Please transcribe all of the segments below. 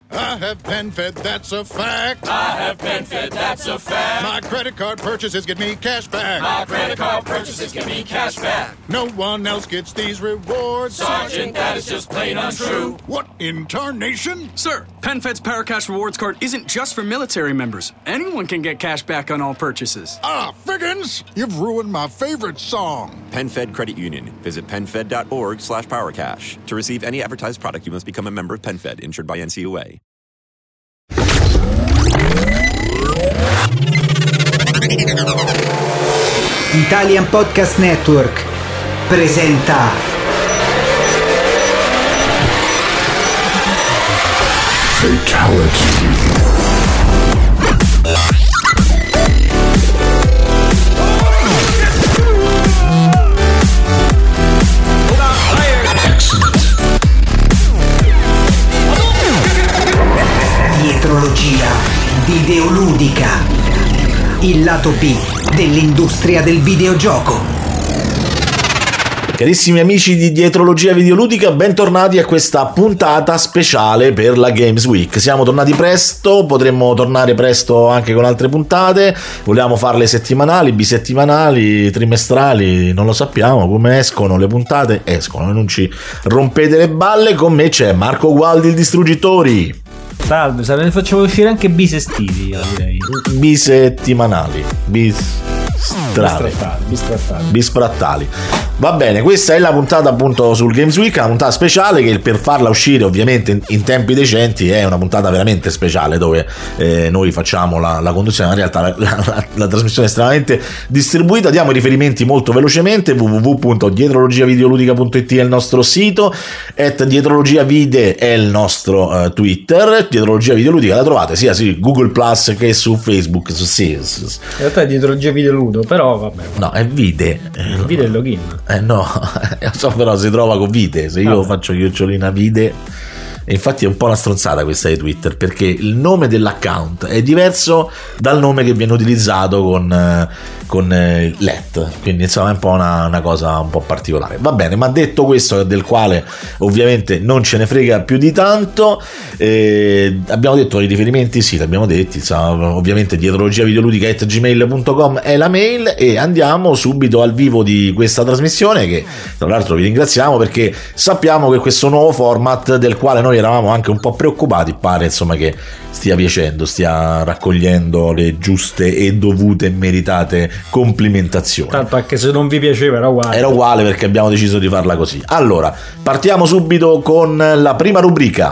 I have PenFed, that's a fact. I have PenFed, that's a fact. My credit card purchases get me cash back. My credit card purchases get me cash back. No one else gets these rewards. Sergeant, that is just plain untrue. What in tarnation? Sir, PenFed's Paracash Rewards Card isn't just for military members. Anyone can get cash back on all purchases. Ah, Figgins, you've ruined my favorite song. PenFed Credit Union. Visit PenFed.org/PowerCash. To receive any advertised product, you must become a member of PenFed, insured by NCUA. Italian Podcast Network presenta Fatality. Dietrologia videoludica, il lato B dell'industria del videogioco. Carissimi amici di Dietrologia Videoludica, bentornati a questa puntata speciale per la Games Week. Siamo tornati presto, potremmo tornare presto anche con altre puntate. Vogliamo farle settimanali, bisettimanali, trimestrali, non lo sappiamo. Come escono le puntate? Escono, non ci rompete le balle. Con me c'è Marco Gualdi, il Distruggitori. Salve, ne facciamo uscire anche bisestili, direi. Bisettimanali, bisfrattali. Va bene, questa è la puntata appunto sul Games Week, una puntata speciale che per farla uscire ovviamente in tempi decenti è una puntata veramente speciale dove noi facciamo la conduzione, in realtà la trasmissione è estremamente distribuita. Diamo i riferimenti molto velocemente: www.dietrologiavideoludica.it è il nostro sito, @dietrologiavide è il nostro Twitter, Dietrologia Videoludica la trovate sia su Google Plus che su Facebook, in realtà è Dietrologia Videoludo, però vabbè. No, è Vide. Vide il login. No, so, però si trova con Vide. Se io faccio chiocciolina Vide, e infatti è un po' una stronzata questa di Twitter, perché il nome dell'account è diverso dal nome che viene utilizzato con let, quindi insomma è un po' una cosa un po' particolare. Va bene, ma detto questo, del quale ovviamente non ce ne frega più di tanto, abbiamo detto i riferimenti, sì, li abbiamo detti, insomma, ovviamente dietrologiavideoludica@gmail.com è la mail, e andiamo subito al vivo di questa trasmissione, che tra l'altro vi ringraziamo perché sappiamo che questo nuovo format, del quale noi eravamo anche un po' preoccupati, pare insomma che stia piacendo, stia raccogliendo le giuste e dovute e meritate complimentazioni. Tanto anche se non vi piaceva era uguale perché abbiamo deciso di farla così. Allora, partiamo subito con la prima rubrica.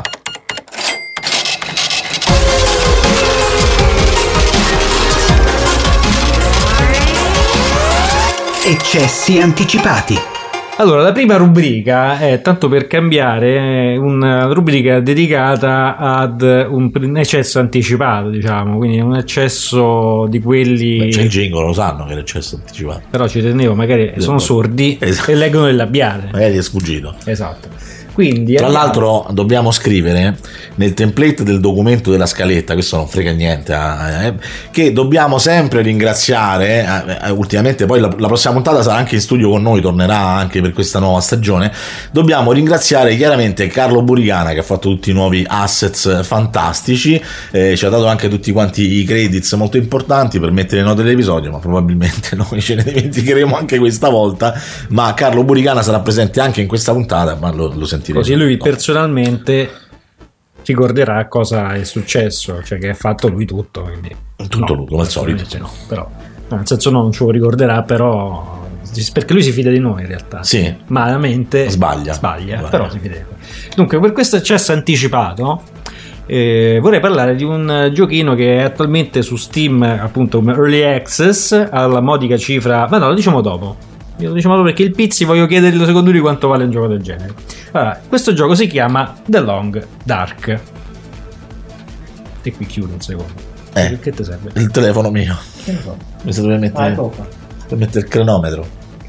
Eccessi anticipati. Allora, la prima rubrica è, tanto per cambiare, una rubrica dedicata ad un eccesso anticipato, diciamo, quindi un eccesso di quelli... Beh, c'è il jingle, lo sanno che è l'eccesso anticipato. Però ci tenevo, magari sono sordi, esatto, e leggono il labiale. Magari è sfuggito. Esatto. Quindi, tra l'altro dobbiamo scrivere nel template del documento della scaletta, questo non frega niente, che dobbiamo sempre ringraziare, ultimamente poi la prossima puntata sarà anche in studio con noi, tornerà anche per questa nuova stagione, dobbiamo ringraziare chiaramente Carlo Buricana, che ha fatto tutti i nuovi assets fantastici, ci ha dato anche tutti quanti i credits molto importanti per mettere le note dell'episodio, ma probabilmente noi ce ne dimenticheremo anche questa volta, ma Carlo Buricana sarà presente anche in questa puntata, ma lo sentiremo. Così lui personalmente ricorderà cosa è successo, cioè che ha fatto lui tutto, quindi tutto lui, come al solito. No, però nel senso non ce lo ricorderà, però perché lui si fida di noi in realtà. Sì. Malamente sbaglia, però si fida di noi. Dunque, per questo eccesso anticipato vorrei parlare di un giochino che è attualmente su Steam, appunto Early Access, alla modica cifra, ma no, lo diciamo dopo. Io lo diciamo perché il Pizzi voglio chiedergli secondo lui quanto vale un gioco del genere. Allora, questo gioco si chiama The Long Dark. E qui chiudo un secondo. Che ti serve? Il telefono mio. Che ne so. Mi si deve mettere, per mettere il cronometro.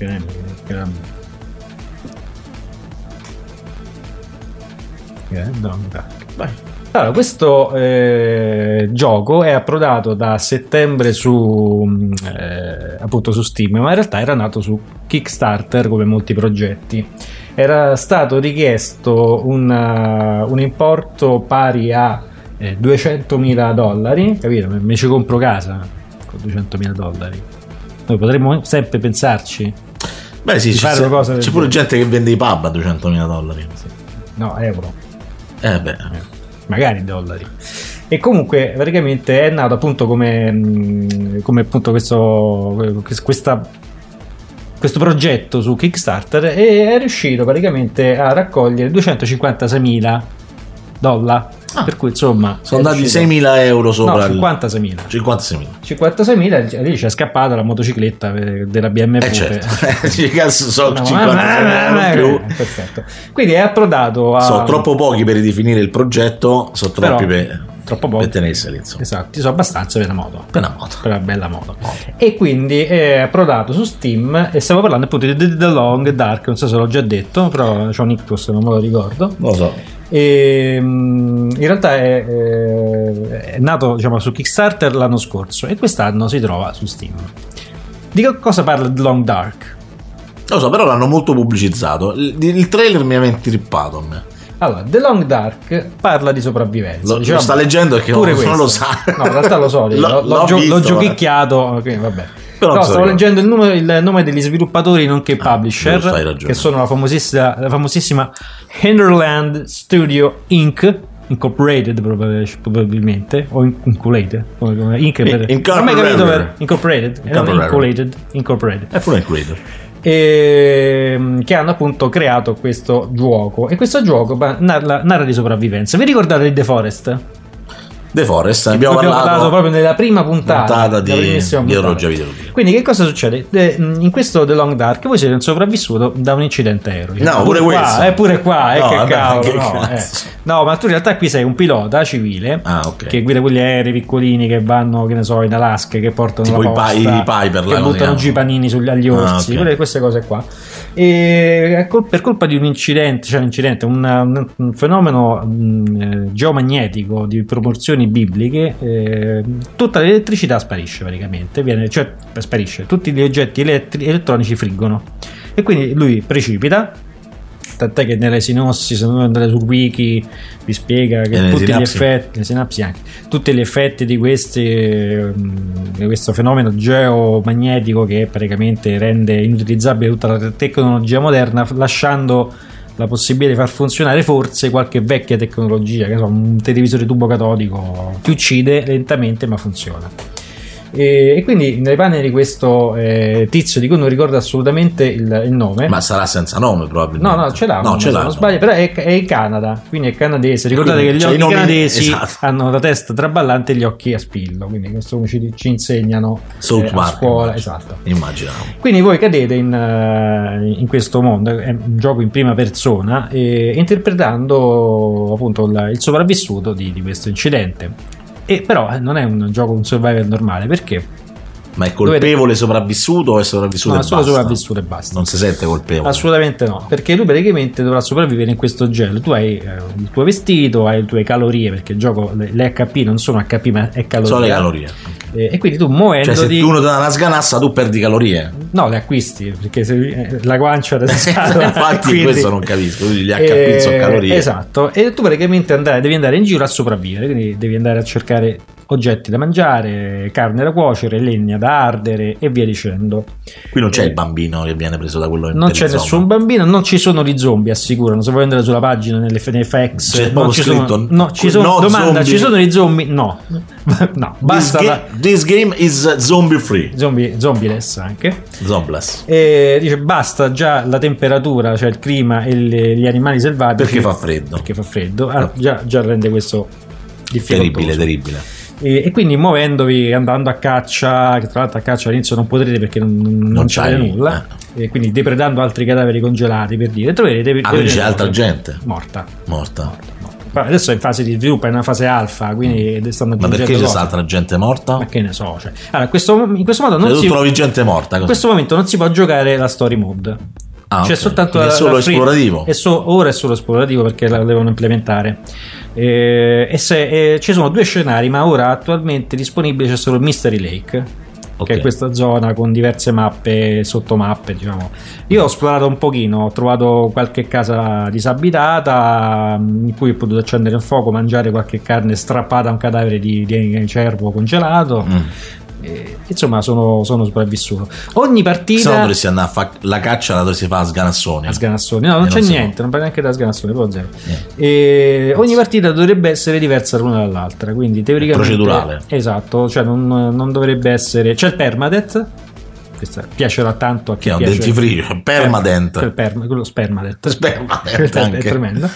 The Long Dark. Vai. Allora, questo gioco è approdato da settembre appunto su Steam, ma in realtà era nato su Kickstarter come molti progetti. Era stato richiesto un importo pari a $200.000, capito? Mi ci compro casa con $200.000. Noi potremmo sempre pensarci. Beh sì, c'è pure gente che vende i pub a $200.000. Sì. No, euro. Beh. Magari dollari. E comunque praticamente è nato appunto come appunto questo progetto su Kickstarter, e è riuscito praticamente a raccogliere $256.000. Per cui insomma sono andati €6.000 sopra. No, 56.000. 56.000. Lì c'è scappata la motocicletta della BMW. Certo. Cazzo, so 56.000 più. Perfetto. Quindi è approdato a... Sono troppo pochi per ridefinire il progetto, sono troppi troppo poco per tenerseli, insomma. Esatto, sono abbastanza per una bella moto. Oh. E quindi è approdato su Steam, e stiamo parlando appunto di The Long Dark, non so se l'ho già detto, però c'ho un ictus, non me lo ricordo. Non lo so. E in realtà è nato, diciamo, su Kickstarter l'anno scorso, e quest'anno si trova su Steam. Di che cosa parla The Long Dark? Non lo so, però l'hanno molto pubblicizzato. Il trailer mi aveva intrippato a me. Allora, The Long Dark parla di sopravvivenza. Lo sta leggendo perché non lo sa. No, in realtà lo so, l'ho giochicchiato, okay, vabbè. Però stavo leggendo il nome degli sviluppatori nonché publisher, che sono la famosissima Hinterland Studio Inc. Incorporated probabilmente, o Incorporated, Incorporated. È pure Incorporated. Che hanno appunto creato questo gioco, e questo gioco narra di sopravvivenza. Vi ricordate di The Forest? The Forest, abbiamo parlato proprio nella prima puntata di Orologia Video. Quindi che cosa succede? In questo The Long Dark voi siete un sopravvissuto da un incidente aereo. No, pure questo. Pure qua, no, che vabbè, cavolo. No, ma tu in realtà qui sei un pilota civile che guida quegli aerei piccolini che vanno, che ne so, in Alaska, che portano tipo la posta, i Piper, che buttano giù i panini agli orsi, queste cose qua. E per colpa di un incidente, un fenomeno geomagnetico di proporzioni bibliche, tutta l'elettricità sparisce praticamente, sparisce, tutti gli oggetti elettronici friggono, e quindi lui precipita, tant'è che nelle sinossi, se non andate sul wiki, vi spiega che tutti gli effetti, le sinapsi anche, tutti gli effetti di questo fenomeno geomagnetico, che praticamente rende inutilizzabile tutta la tecnologia moderna, lasciando la possibilità di far funzionare forse qualche vecchia tecnologia, che so, un televisore tubo catodico, ti uccide lentamente ma funziona. E quindi nei panni di questo tizio di cui non ricordo assolutamente il nome, ma sarà senza nome probabilmente. No, ce l'ha, se non sbaglio, però è in Canada, quindi è canadese. Ricordate che gli occhi canadesi hanno la testa traballante e gli occhi a spillo, quindi questo ci insegnano a scuola. Esatto, immaginavo. Quindi voi cadete in questo mondo, è un gioco in prima persona, interpretando appunto il sopravvissuto di questo incidente. E però non è un gioco, un survival normale, perché? Ma è colpevole sopravvissuto o è sopravvissuto e basta? No, solo sopravvissuto e basta. Non si sente colpevole? Assolutamente no, perché lui praticamente dovrà sopravvivere in questo gelo. Tu hai il tuo vestito, hai le tue calorie, perché il gioco, le HP non sono HP ma è calorie. Sono le calorie. E quindi tu muovendo, cioè se uno ti dà una sganassa tu perdi calorie? No, le acquisti, perché se la guancia della scatola infatti quindi, questo non capisco, gli HP sono calorie. Esatto, e tu praticamente devi andare in giro a sopravvivere, quindi devi andare a cercare oggetti da mangiare, carne da cuocere, legna da ardere e via dicendo. Qui non c'è il bambino che viene preso da quello. Non c'è nessun bambino, non ci sono gli zombie, assicurano. Se vuoi andare sulla pagina nei FAQs c'è non ci scritto, sono, domanda, ci sono gli zombie? No, no, basta. This game is zombie free, zombieless anche. Zombless. E dice basta già la temperatura, cioè il clima e gli animali selvatici. Perché fa freddo. Già rende questo difficoltoso. Terribile. E quindi muovendovi, andando a caccia, che tra l'altro a caccia all'inizio non potrete perché non c'è nulla, e quindi depredando altri cadaveri congelati, per dire, troverete c'è altra gente morta. Adesso è in fase di sviluppo, è una fase alfa, quindi stanno aggiungendo. Ma perché c'è altra gente morta? Ma che ne so, allora, in questo modo non trovi gente morta così. In questo momento non si può giocare la story mode. C'è soltanto è solo esplorativo. Ora è solo esplorativo perché la devono implementare. Ci sono 2 scenari, ma ora attualmente disponibile c'è solo Mystery Lake, che è questa zona con diverse mappe, sottomappe, diciamo. Io ho esplorato un pochino, ho trovato qualche casa disabitata in cui ho potuto accendere il fuoco, mangiare qualche carne strappata a un cadavere di cervo congelato. Insomma, sono sopravvissuto. Ogni partita. Se no dovresti andare a fare la caccia, la dovresti fare a sganassoni. No, non c'è niente, non parla neanche da sganassoni, proprio zero. E ogni partita dovrebbe essere diversa l'una dall'altra, quindi teoricamente procedurale. Esatto, cioè non dovrebbe essere. C'è il permadeath. Questa piacerà tanto a chi che è un piace. dentifricio permadent. Quello spermadeath. Spermadeath è tremendo.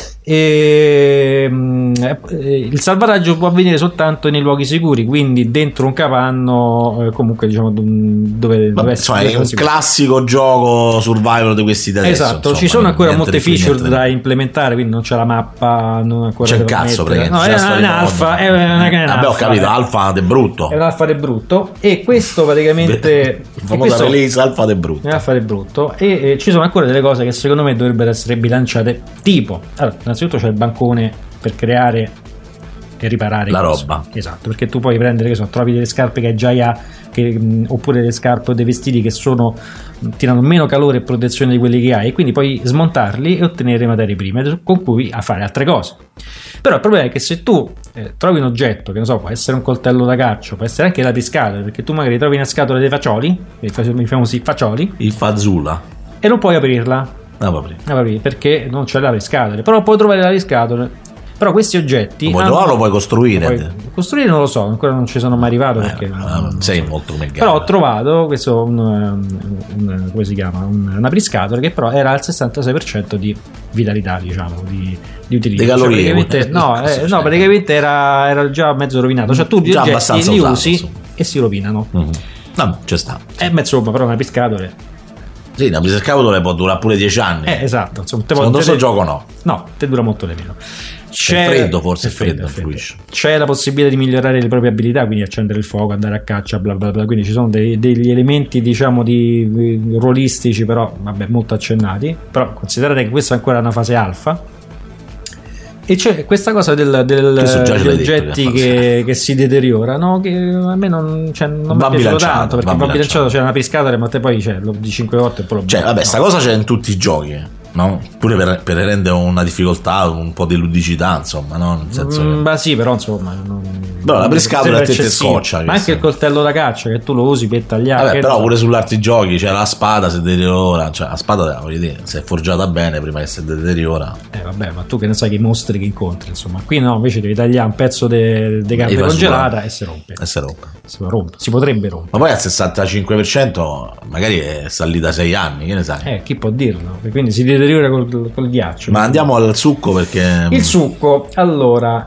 E il salvataggio può avvenire soltanto nei luoghi sicuri, quindi dentro un capanno, comunque diciamo dove è un classico gioco survival di questi da adesso. Esatto, insomma, ci sono ancora molte feature niente da implementare, quindi non c'è la mappa, non ancora c'è il cazzo no, è un'alfa, vabbè, ho capito, alfa de brutto, è un alfa de brutto, e questo praticamente il famoso release alfa de brutto, alfa de brutto, e ci sono ancora delle cose che secondo me dovrebbero essere bilanciate, tipo, allora, innanzitutto c'è il bancone per creare e riparare la roba, esatto, perché tu puoi prendere, che so, trovi delle scarpe che già ha, oppure delle scarpe o dei vestiti che tirano meno calore e protezione di quelli che hai, e quindi puoi smontarli e ottenere materie prime con cui a fare altre cose. Però il problema è che se tu trovi un oggetto, che non so, può essere un coltello da caccia, può essere anche la piscatole, perché tu magari trovi una scatola dei fagioli, i famosi fagioli, il fazzula, e non puoi aprirla. Perché non c'è la riscatole, però puoi trovare la riscatole. Però questi oggetti puoi trovare, lo puoi costruire. Costruire non lo so, ancora non ci sono mai arrivato perché non sei molto megato. Però ho trovato questo come si chiama, una briscatola che però era al 66% di vitalità, diciamo, di utilizzo. Le calorie, cioè, praticamente era già mezzo rovinato. Cioè tu gli oggetti li usi e si rovinano. No, c'è sta. Insomma, però una briscatola. Sì, una briscatola può durare pure 10 anni. Esatto. Insomma, secondo questo gioco no. No, te dura molto di meno. C'è freddo, forse è freddo. C'è la possibilità di migliorare le proprie abilità, quindi accendere il fuoco, andare a caccia, bla bla bla. Quindi ci sono degli elementi, diciamo, di ruolistici, però vabbè, molto accennati. Però considerate che questa è ancora una fase alfa. E c'è questa cosa degli oggetti che si deteriorano, che a me non mi è piaciuto tanto, perché va bilanciato, c'è una piscatola, ma te poi di 5 volte e poi lo vabbè, sta cosa c'è in tutti i giochi, no? Pure per rendere una difficoltà, un po' di ludicità, insomma, no? Nel senso che... sì, però insomma però la briscatola a te scoccia, ma anche il coltello da caccia che tu lo usi per tagliare. Vabbè, però pure sull'altri giochi c'è la spada, si deteriora, cioè la spada, voglio dire, se è forgiata bene prima che si deteriora. Vabbè, ma tu che ne sai che i mostri che incontri, insomma. Qui no, invece devi tagliare un pezzo di carne congelata e si rompe. Si potrebbe rompere. Ma poi al 65% magari è salita 6 anni, che ne sai? Chi può dirlo? E quindi si deteriora col ghiaccio. Ma andiamo al succo, perché il succo, allora,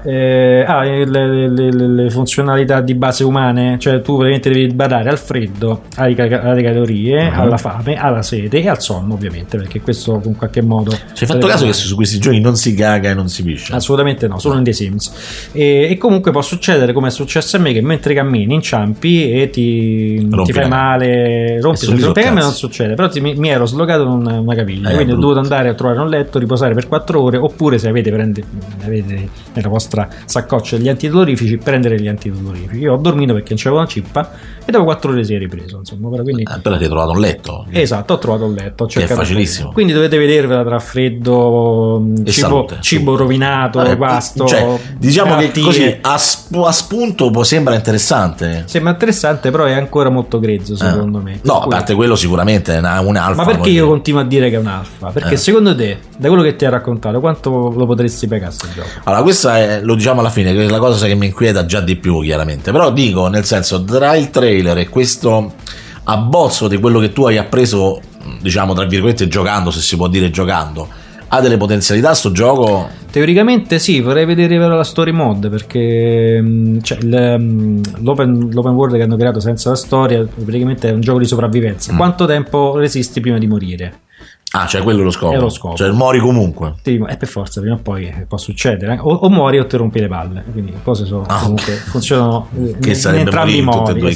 le funzionalità di base umane, cioè tu veramente devi badare al freddo, alle calorie, alla fame, alla sete e al sonno, ovviamente, perché questo in qualche modo. Ci hai fatto caso che su questi giochi non si caga e non si piscia? Assolutamente no, solo in The Sims. E comunque può succedere, come è successo a me, che mentre cammini inciampi e ti fai male, rompi a me non succede, però mi ero slogato una caviglia, quindi ho dovuto andare a trovare un letto, riposare per 4 ore, oppure se avete nella vostra saccoccia gli antidolorifici, prendere gli antidolorifici. Io ho dormito perché non c'avevo una cippa e dopo 4 ore si è ripreso, insomma. Quindi... però hai trovato un letto. Esatto, ho trovato un letto, ho cercato, è facilissimo. Quindi dovete vedervela tra freddo, cibo rovinato, guasto, cioè, diciamo che così a spunto sembra interessante, però è ancora molto grezzo, secondo me. No, a parte quello sicuramente è un alfa. Ma perché io continuo a dire che è un alfa? Perché secondo te, da quello che ti ha raccontato, quanto lo potresti pagare sto gioco? Allora, questa lo diciamo alla fine, che è la cosa che mi inquieta già di più, chiaramente. Però dico, nel senso, tra il trailer e questo abbozzo di quello che tu hai appreso, diciamo tra virgolette giocando, se si può dire giocando, ha delle potenzialità sto gioco? Teoricamente sì, vorrei vedere la story mode, perché l'open world che hanno creato senza la storia praticamente è un gioco di sopravvivenza. Quanto tempo resisti prima di morire? Cioè quello è lo scopo. È lo scopo. Cioè muori comunque. Per forza, prima o poi può succedere. O muori o ti rompi le palle. Quindi le cose sono comunque funzionano che in entrambi i modi. In tutti e due i casi.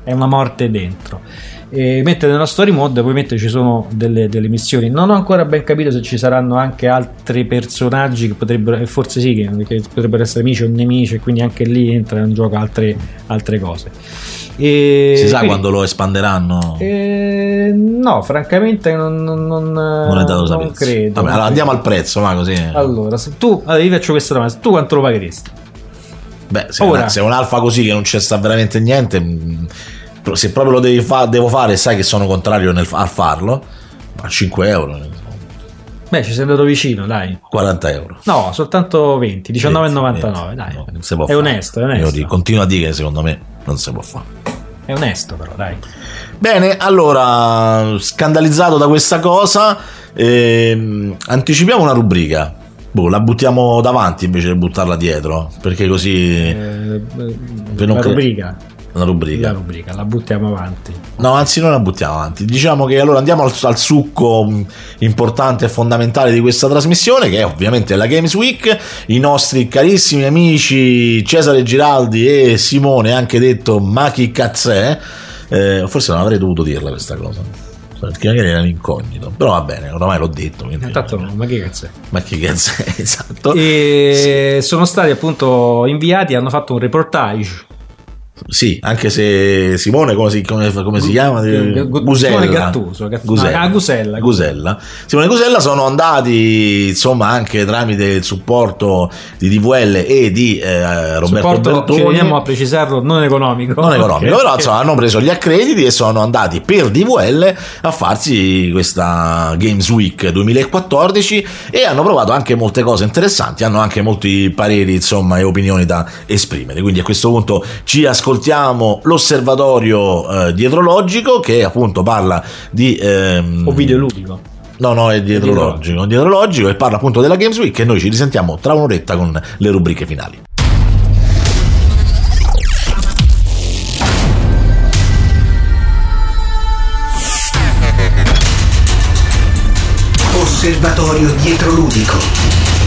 è una morte dentro. Mentre nella story mode ovviamente ci sono delle missioni. Non ho ancora ben capito se ci saranno anche altri personaggi che potrebbero, forse sì, che potrebbero essere amici o nemici, e quindi anche lì entra in gioco altre cose. Si sa quando lo espanderanno? No, francamente non è dato sapere. Credo. Vabbè, allora andiamo al prezzo, ma così. Allora, se tu vi faccio questa domanda, tu quanto lo pagheresti? Beh, se è un alfa così che non c'è sta veramente niente, se proprio lo devo fare, sai che sono contrario a farlo, a 5 euro. Beh, ci sei andato vicino, dai. 40 euro. No, soltanto 20, 19,99, dai. No, non si può è onesto, è onesto. Io continuo a dire che secondo me non si può fare. È onesto però, dai. Bene, allora, scandalizzato da questa cosa, anticipiamo una rubrica. La buttiamo davanti invece di buttarla dietro, perché così rubrica. Una rubrica. La rubrica, la buttiamo avanti. No, anzi non la buttiamo avanti. Diciamo che allora andiamo al succo importante e fondamentale di questa trasmissione, che è ovviamente la Games Week. I nostri carissimi amici Cesare Giraldi e Simone, anche detto Ma chi cazzè, forse non avrei dovuto dirla questa cosa, perché magari era incognito, però va bene, ormai l'ho detto. Intanto no, ma che cazzo è? Ma che cazzo è, esatto. E sono stati appunto inviati, hanno fatto un reportage. Sì, anche se Simone come si chiama? Gusella. Gattuso. Gusella. Simone Gusella sono andati, insomma, anche tramite il supporto di DVL e di Roberto Bertoni. Ci veniamo a precisarlo, non economico, però insomma, hanno preso gli accrediti e sono andati per DVL a farsi questa Games Week 2014 e hanno provato anche molte cose interessanti, hanno anche molti pareri, insomma, e opinioni da esprimere. Quindi a questo punto ci ascoltiamo l'osservatorio dietrologico, che appunto parla di o videoludico. No, è dietrologico e parla appunto della Games Week, e noi ci risentiamo tra un'oretta con le rubriche finali. Osservatorio dietroludico.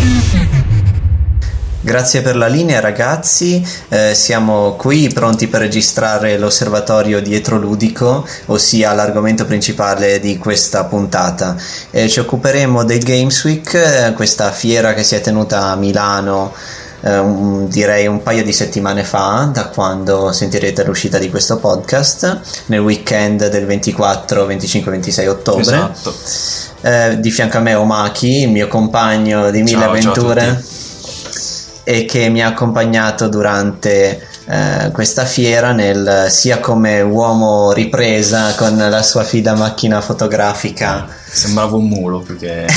Grazie per la linea, ragazzi. Siamo qui pronti per registrare l'osservatorio dietroludico, ossia l'argomento principale di questa puntata. Ci occuperemo del Games Week, questa fiera che si è tenuta a Milano direi un paio di settimane fa, da quando sentirete l'uscita di questo podcast, nel weekend del 24, 25, 26 ottobre. Esatto. Di fianco a me Omaki, il mio compagno di mille avventure, e che mi ha accompagnato durante questa fiera sia come uomo ripresa con la sua fida macchina fotografica. Sembrava un mulo più che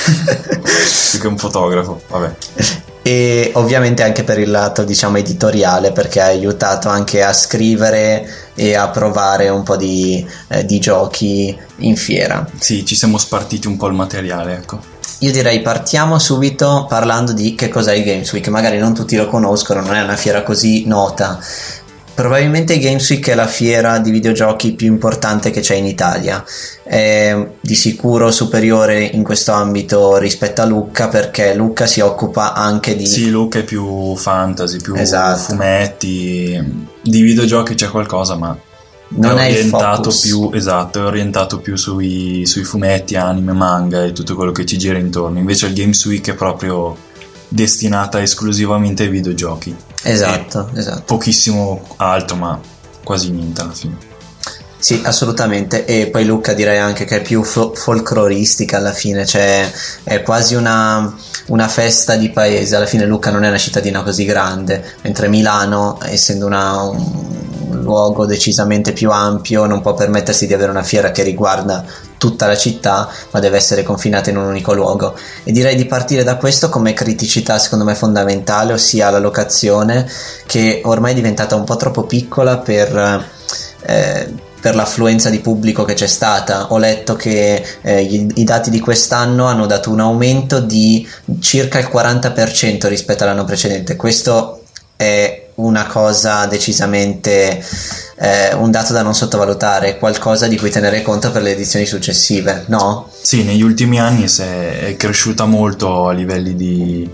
un fotografo, vabbè. E ovviamente anche per il lato, diciamo, editoriale, perché ha aiutato anche a scrivere e a provare un po' di giochi in fiera. Sì, ci siamo spartiti un po' il materiale, ecco. Io direi partiamo subito parlando di che cos'è il Games Week. Magari non tutti lo conoscono, non è una fiera così nota. Probabilmente il Games Week è la fiera di videogiochi più importante che c'è in Italia. È di sicuro superiore in questo ambito rispetto a Lucca, perché Lucca si occupa anche di... Sì, Lucca è più fantasy, più fumetti. Di videogiochi c'è qualcosa, ma non è orientato più, esatto, è orientato più sui fumetti, anime, manga e tutto quello che ci gira intorno. Invece il Games Week è proprio destinata esclusivamente ai videogiochi. Esatto. Pochissimo altro, ma quasi niente alla fine. Sì, assolutamente. E poi Lucca direi anche che è più folcloristica alla fine, cioè è quasi una festa di paese. Alla fine Lucca non è una cittadina così grande, mentre Milano, essendo un luogo decisamente più ampio, non può permettersi di avere una fiera che riguarda tutta la città, ma deve essere confinata in un unico luogo. E direi di partire da questo come criticità secondo me fondamentale, ossia la locazione, che ormai è diventata un po' troppo piccola per l'affluenza di pubblico che c'è stata. Ho letto che i dati di quest'anno hanno dato un aumento di circa il 40% rispetto all'anno precedente. Questo è una cosa decisamente un dato da non sottovalutare, qualcosa di cui tenere conto per le edizioni successive, no? Sì, negli ultimi anni è cresciuta molto a livelli di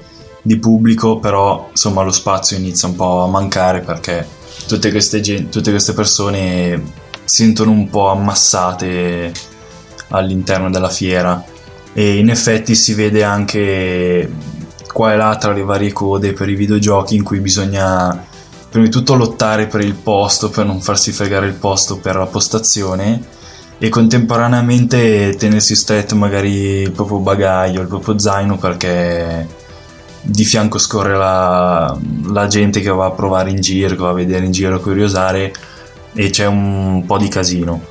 di pubblico, però insomma lo spazio inizia un po' a mancare perché tutte queste persone si sentono un po' ammassate all'interno della fiera, e in effetti si vede anche qua e là tra le varie code per i videogiochi in cui bisogna prima di tutto lottare per il posto, per non farsi fregare il posto per la postazione, e contemporaneamente tenersi stretto magari il proprio bagaglio, il proprio zaino, perché di fianco scorre la gente che va a provare in giro, che va a vedere in giro, a curiosare, e c'è un po' di casino.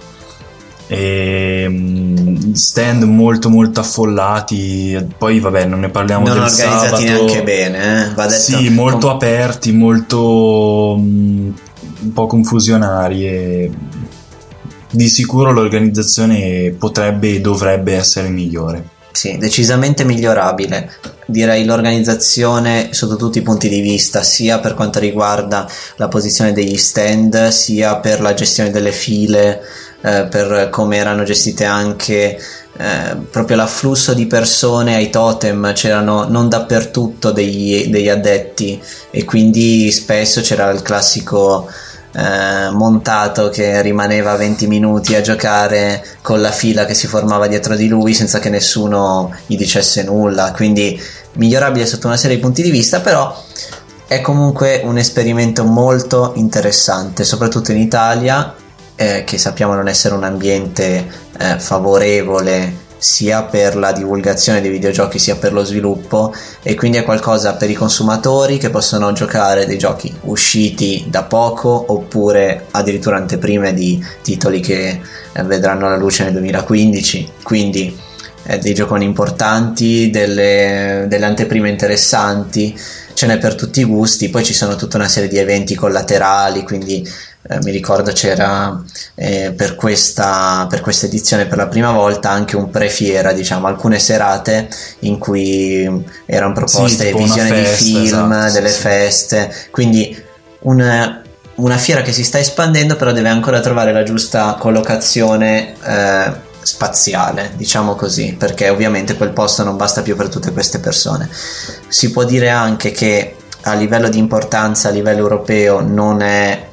E stand molto affollati, poi vabbè non ne parliamo non del organizzati sabato, neanche bene, va detto. Sì, molto aperti, molto un po' confusionari, e di sicuro l'organizzazione potrebbe e dovrebbe essere migliore. Sì, decisamente migliorabile. Direi l'organizzazione sotto tutti i punti di vista, sia per quanto riguarda la posizione degli stand, sia per la gestione delle file, per come erano gestite anche proprio l'afflusso di persone ai totem. C'erano non dappertutto degli addetti, e quindi spesso c'era il classico montato che rimaneva 20 minuti a giocare con la fila che si formava dietro di lui senza che nessuno gli dicesse nulla. Quindi migliorabile sotto una serie di punti di vista, però è comunque un esperimento molto interessante, soprattutto in Italia, che sappiamo non essere un ambiente favorevole sia per la divulgazione dei videogiochi sia per lo sviluppo, e quindi è qualcosa per i consumatori che possono giocare dei giochi usciti da poco oppure addirittura anteprime di titoli che vedranno la luce nel 2015, quindi dei gioconi importanti, delle anteprime interessanti, ce n'è per tutti i gusti. Poi ci sono tutta una serie di eventi collaterali, quindi mi ricordo c'era per questa edizione per la prima volta anche un pre-fiera, diciamo, alcune serate in cui erano proposte visioni di film, esatto, delle feste, quindi una fiera che si sta espandendo, però deve ancora trovare la giusta collocazione spaziale, diciamo così, perché ovviamente quel posto non basta più per tutte queste persone. Si può dire anche che a livello di importanza, a livello europeo, non è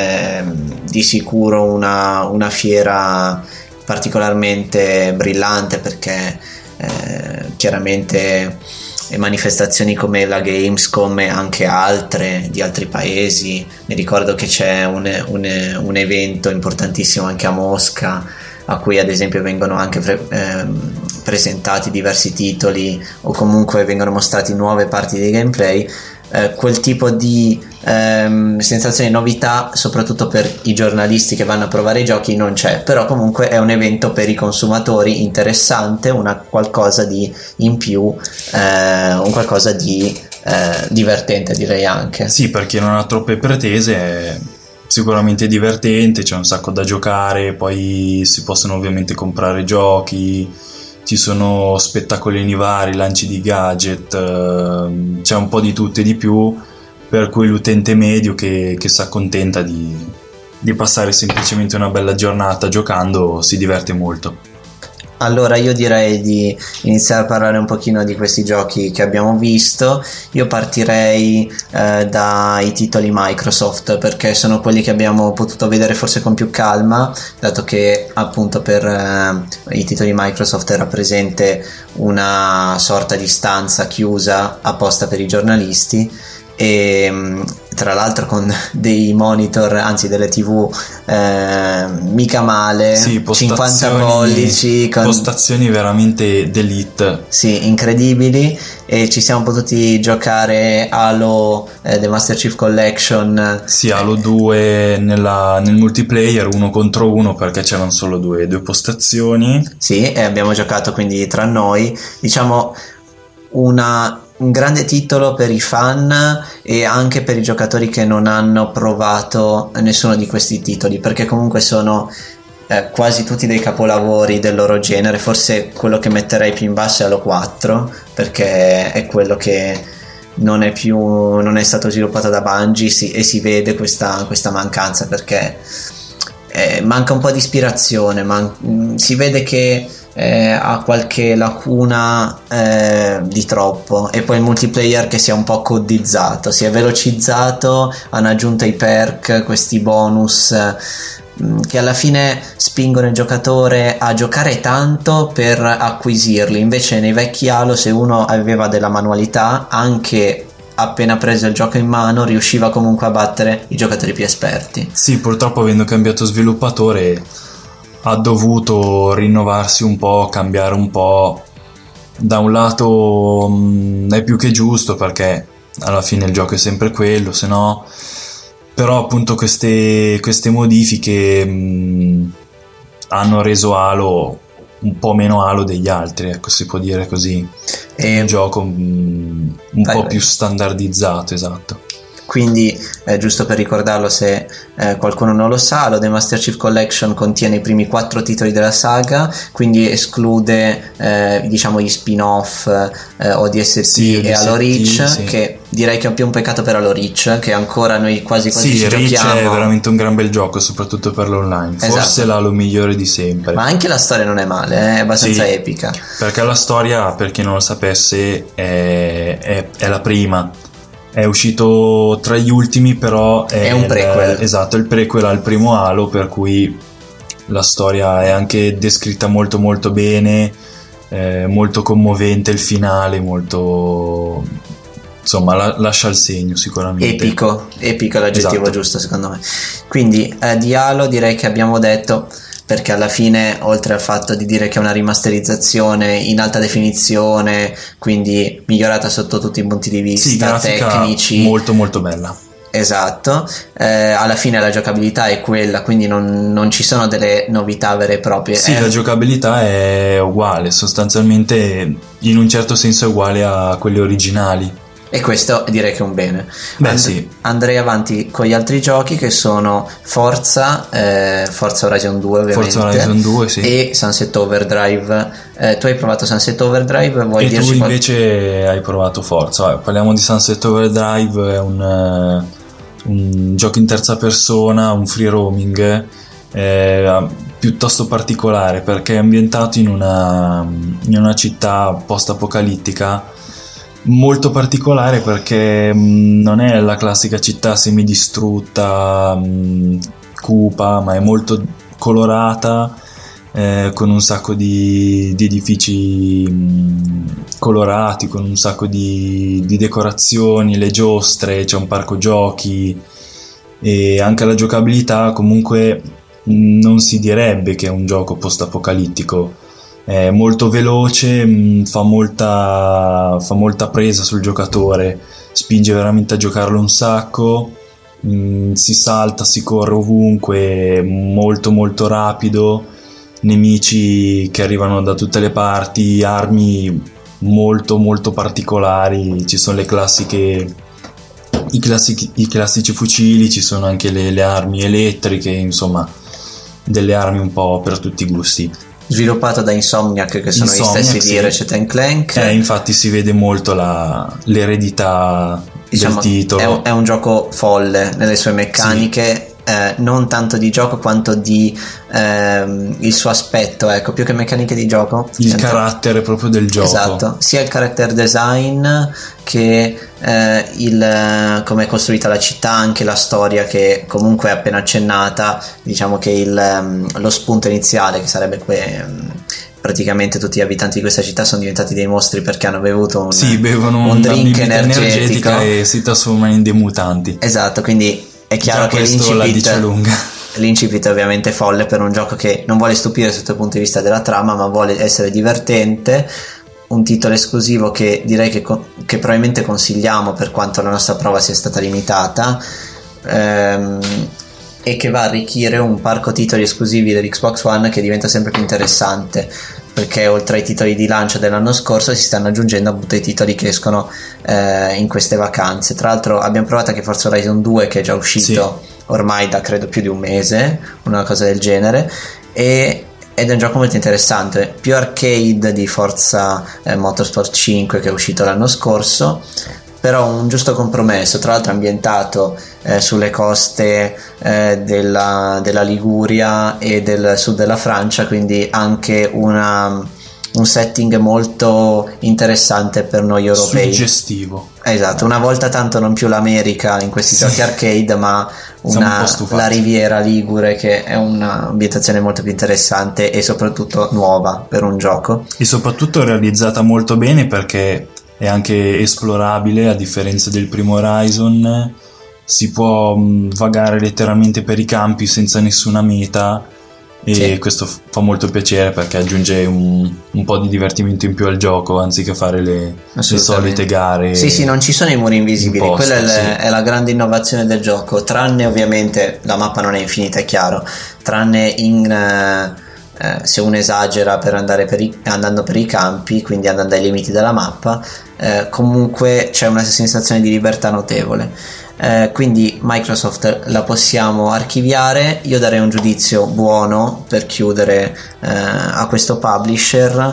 di sicuro una fiera particolarmente brillante, perché chiaramente manifestazioni come la Gamescom e anche altre di altri paesi, mi ricordo che c'è un evento importantissimo anche a Mosca, a cui ad esempio vengono anche presentati diversi titoli o comunque vengono mostrati nuove parti dei gameplay. Quel tipo di sensazione di novità, soprattutto per i giornalisti che vanno a provare i giochi, non c'è, però comunque è un evento per i consumatori interessante, qualcosa di in più, un qualcosa di divertente, direi anche. Sì, per chi non ha troppe pretese è sicuramente divertente, c'è un sacco da giocare, poi si possono ovviamente comprare giochi, ci sono spettacolini vari, lanci di gadget, c'è un po' di tutto e di più, per cui l'utente medio che si accontenta di passare semplicemente una bella giornata giocando si diverte molto. Allora io direi di iniziare a parlare un pochino di questi giochi che abbiamo visto. Io partirei dai titoli Microsoft, perché sono quelli che abbiamo potuto vedere forse con più calma, dato che appunto per i titoli Microsoft era presente una sorta di stanza chiusa apposta per i giornalisti, e tra l'altro con dei monitor, anzi delle TV mica male, sì, 50 pollici con postazioni veramente d'elite, sì, incredibili, e ci siamo potuti giocare Halo The Master Chief Collection, sì, Halo 2 nel multiplayer 1 contro 1, perché c'erano solo due postazioni, sì, e abbiamo giocato quindi tra noi, diciamo un grande titolo per i fan e anche per i giocatori che non hanno provato nessuno di questi titoli, perché comunque sono quasi tutti dei capolavori del loro genere. Forse quello che metterei più in basso è Halo 4, perché è quello che non è stato sviluppato da Bungie, e si vede questa mancanza, perché manca un po' di ispirazione, si vede che ha qualche lacuna di troppo, e poi il multiplayer che si è un po' codizzato, si è velocizzato, hanno aggiunto i perk, questi bonus che alla fine spingono il giocatore a giocare tanto per acquisirli. Invece nei vecchi Halo, se uno aveva della manualità, anche appena preso il gioco in mano riusciva comunque a battere i giocatori più esperti. Sì, purtroppo avendo cambiato sviluppatore ha dovuto rinnovarsi un po', cambiare un po'. Da un lato è più che giusto, perché alla fine il gioco è sempre quello, se no. Però appunto queste modifiche hanno reso Halo un po' meno Halo degli altri, ecco, si può dire così. È un gioco un po' più standardizzato, esatto. Quindi, giusto per ricordarlo se qualcuno non lo sa, Halo The Master Chief Collection contiene i primi 4 titoli della saga, quindi esclude diciamo gli spin-off ODST e Halo Reach, sì. Che direi che è più un peccato per Halo Reach, che ancora noi quasi ci Reach giochiamo. È veramente un gran bel gioco, soprattutto per l'online. Esatto. Forse l'Halo migliore di sempre. Ma anche la storia non è male, è abbastanza epica. Perché la storia, per chi non lo sapesse, è la prima. È uscito tra gli ultimi, però è un prequel. Esatto, il prequel al primo Halo, per cui la storia è anche descritta molto molto bene, molto commovente il finale, molto, insomma, lascia il segno sicuramente. Epico è l'aggettivo giusto secondo me. Quindi di Halo direi che abbiamo detto, perché alla fine, oltre al fatto di dire che è una rimasterizzazione in alta definizione, quindi migliorata sotto tutti i punti di vista, tecnici, molto molto bella. Esatto, alla fine la giocabilità è quella, quindi non ci sono delle novità vere e proprie. Sì, la giocabilità è uguale, sostanzialmente in un certo senso è uguale a quelle originali. E questo direi che è un bene. Sì. Andrei avanti con gli altri giochi, che sono Forza Horizon 2 ovviamente, Forza Horizon 2, sì. E Sunset Overdrive. Tu hai provato Sunset Overdrive? E tu invece hai provato Forza. Parliamo di Sunset Overdrive, è un gioco in terza persona, un free roaming piuttosto particolare, perché è ambientato in una città post-apocalittica molto particolare, perché non è la classica città semidistrutta, cupa, ma è molto colorata, con un sacco di edifici colorati, con un sacco di decorazioni, le giostre, c'è un parco giochi, e anche la giocabilità comunque non si direbbe che è un gioco post-apocalittico. È molto veloce, fa molta presa sul giocatore, spinge veramente a giocarlo un sacco, si salta, si corre ovunque, molto molto rapido, nemici che arrivano da tutte le parti, armi molto molto particolari, ci sono i classici fucili, ci sono anche le armi elettriche, insomma delle armi un po' per tutti i gusti. Sviluppato da Insomniac, che sono gli stessi di Ratchet & Clank. Infatti si vede molto l'eredità, diciamo, del titolo. È un gioco folle nelle sue meccaniche, non tanto di gioco quanto di il suo aspetto, ecco, più che meccaniche di gioco, il carattere proprio del gioco. Esatto, sia il character design che come è costruita la città, anche la storia, che comunque è appena accennata. Diciamo che lo spunto iniziale, che sarebbe praticamente tutti gli abitanti di questa città sono diventati dei mostri perché hanno bevuto bevono un drink energetico e si trasformano in dei mutanti. Esatto, quindi è chiaro che l'incipit è ovviamente folle per un gioco che non vuole stupire sotto il punto di vista della trama, ma vuole essere divertente. Un titolo esclusivo che direi che probabilmente consigliamo, per quanto la nostra prova sia stata limitata, e che va a arricchire un parco titoli esclusivi dell'Xbox One che diventa sempre più interessante, perché oltre ai titoli di lancio dell'anno scorso si stanno aggiungendo appunto i titoli che escono in queste vacanze. Tra l'altro abbiamo provato anche Forza Horizon 2, che è già uscito ormai da credo più di un mese, una cosa del genere, ed è un gioco molto interessante, più arcade di Forza Motorsport 5, che è uscito l'anno scorso, però un giusto compromesso, tra l'altro ambientato sulle coste della Liguria e del sud della Francia, quindi anche un setting molto interessante per noi europei. Suggestivo. Esatto, una volta tanto non più l'America in questi giochi arcade, ma la Riviera Ligure, che è un'ambientazione molto più interessante e soprattutto nuova per un gioco. E soprattutto realizzata molto bene, perché è anche esplorabile, a differenza del primo Horizon. Si può vagare letteralmente per i campi senza nessuna meta, e questo fa molto piacere, perché aggiunge un po' di divertimento in più al gioco, anziché fare le solite gare. Sì, non ci sono i muri invisibili, quella è la grande innovazione del gioco, tranne ovviamente la mappa non è infinita, è chiaro, tranne se uno esagera per andando per i campi, quindi andando ai limiti della mappa, comunque c'è una sensazione di libertà notevole. Quindi Microsoft la possiamo archiviare. Io darei un giudizio buono per chiudere a questo publisher,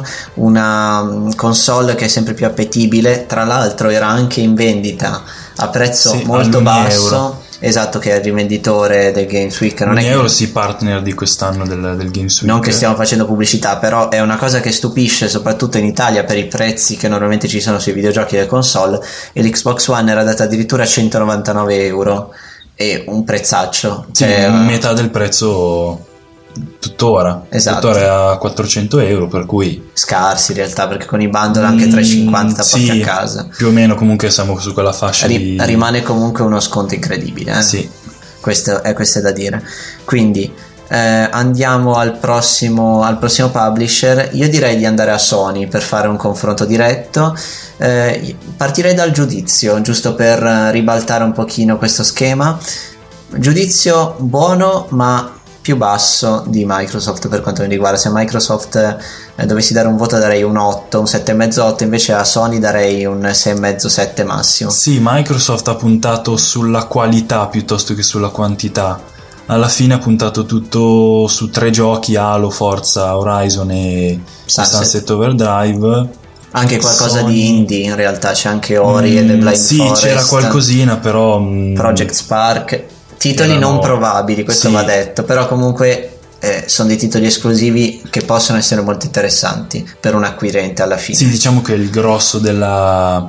una console che è sempre più appetibile, tra l'altro era anche in vendita a prezzo molto basso. Euro. Esatto, che è il rivenditore del Games Week. Non è euro sì, partner di quest'anno del Games Week. Non che stiamo facendo pubblicità, però è una cosa che stupisce soprattutto in Italia per i prezzi che normalmente ci sono sui videogiochi delle console, e l'Xbox One era data addirittura a 199 euro, e un prezzaccio, metà del prezzo tuttora. Esatto. Tuttora è a 400 euro, per cui scarsi in realtà, perché con i bundle anche 350 porti a casa. Più o meno comunque siamo su quella fascia rimane comunque uno sconto incredibile, Sì. Questo è da dire. Quindi andiamo al prossimo publisher. Io direi di andare a Sony per fare un confronto diretto. Partirei dal giudizio, giusto per ribaltare un pochino questo schema. Giudizio buono, ma più basso di Microsoft per quanto mi riguarda. Se a Microsoft dovessi dare un voto darei un 8, un 7,5, 8, invece a Sony darei un 6,5, 7 massimo. Sì, Microsoft ha puntato sulla qualità piuttosto che sulla quantità. Alla fine ha puntato tutto su 3 giochi: Halo, Forza Horizon e Sunset Overdrive. Anche qualcosa di indie in realtà, c'è anche Ori e The Blind Forest. Sì, c'era qualcosina, però Project Spark, titoli non probabili, questo va detto, però comunque sono dei titoli esclusivi che possono essere molto interessanti per un acquirente alla fine. Sì, diciamo che il grosso della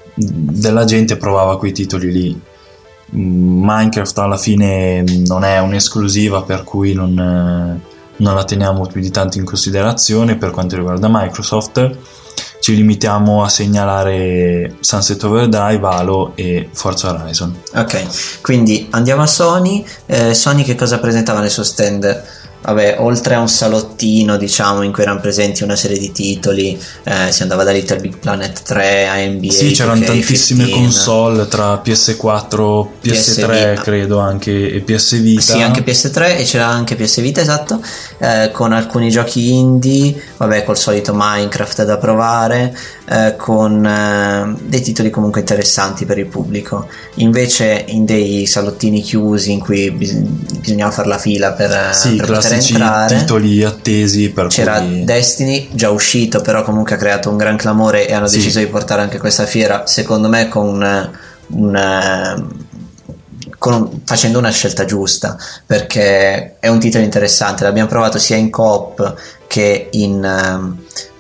gente provava quei titoli lì. Minecraft alla fine non è un'esclusiva, per cui non la teniamo più di tanto in considerazione. Per quanto riguarda Microsoft, ci limitiamo a segnalare Sunset Overdrive, Halo e Forza Horizon. Ok, quindi andiamo a Sony. Sony che cosa presentava nel suo stand? Vabbè, oltre a un salottino, diciamo, in cui erano presenti una serie di titoli, si andava da Little Big Planet 3 a NBA. Sì, c'erano tantissime console, tra PS4, PS3 credo anche, e PS Vita. Sì, anche PS3, e c'era anche PS Vita, esatto, con alcuni giochi indie, vabbè, col solito Minecraft da provare, con dei titoli comunque interessanti per il pubblico. Invece in dei salottini chiusi in cui bisognava fare la fila per poter entrare, titoli attesi, c'era Destiny già uscito, però comunque ha creato un gran clamore, e hanno deciso di portare anche questa fiera, secondo me facendo una scelta giusta, perché è un titolo interessante. L'abbiamo provato sia in co-op che in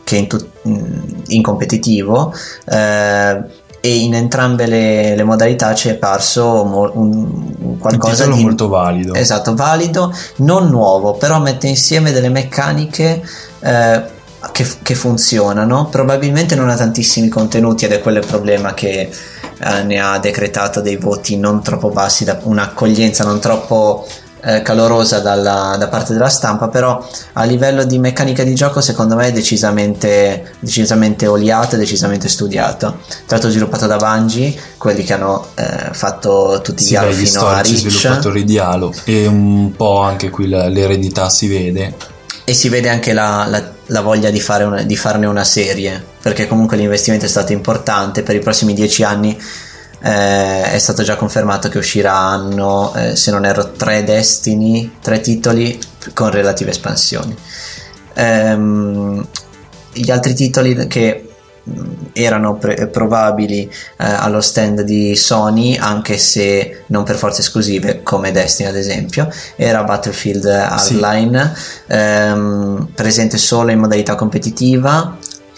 competitivo, e in entrambe le modalità ci è parso qualcosa di molto valido. Esatto, valido, non nuovo, però mette insieme delle meccaniche che funzionano. Probabilmente non ha tantissimi contenuti, ed è quello il problema che ne ha decretato dei voti non troppo bassi, da un'accoglienza non troppo calorosa da parte della stampa. Però a livello di meccanica di gioco secondo me è decisamente oliato e decisamente studiato. Tra l'altro sviluppato da Bungie, quelli che hanno fatto tutti gli Halo fino a Reach, sviluppatori di Halo, e un po' anche qui l'eredità si vede, e si vede anche la voglia di farne una serie, perché comunque l'investimento è stato importante. Per i prossimi 10 anni è stato già confermato che usciranno, se non erro, 3 titoli con relative espansioni. Gli altri titoli che erano probabili allo stand di Sony, anche se non per forza esclusive come Destiny ad esempio. Era Battlefield Hardline, presente solo in modalità competitiva.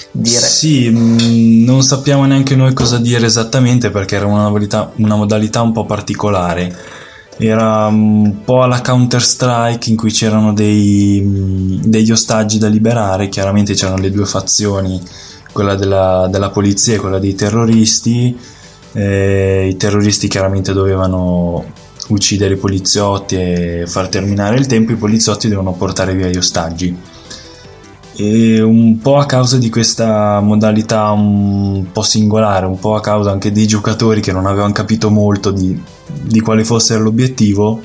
Sì, non sappiamo neanche noi cosa dire esattamente, perché era una modalità un po' particolare. Era un po' alla Counter-Strike, in cui c'erano degli ostaggi da liberare. Chiaramente c'erano le due fazioni, quella della polizia e quella dei terroristi. I terroristi chiaramente dovevano uccidere i poliziotti e far terminare il tempo, i poliziotti devono portare via gli ostaggi. E un po' a causa di questa modalità un po' singolare, un po' a causa anche dei giocatori che non avevano capito molto di quale fosse l'obiettivo,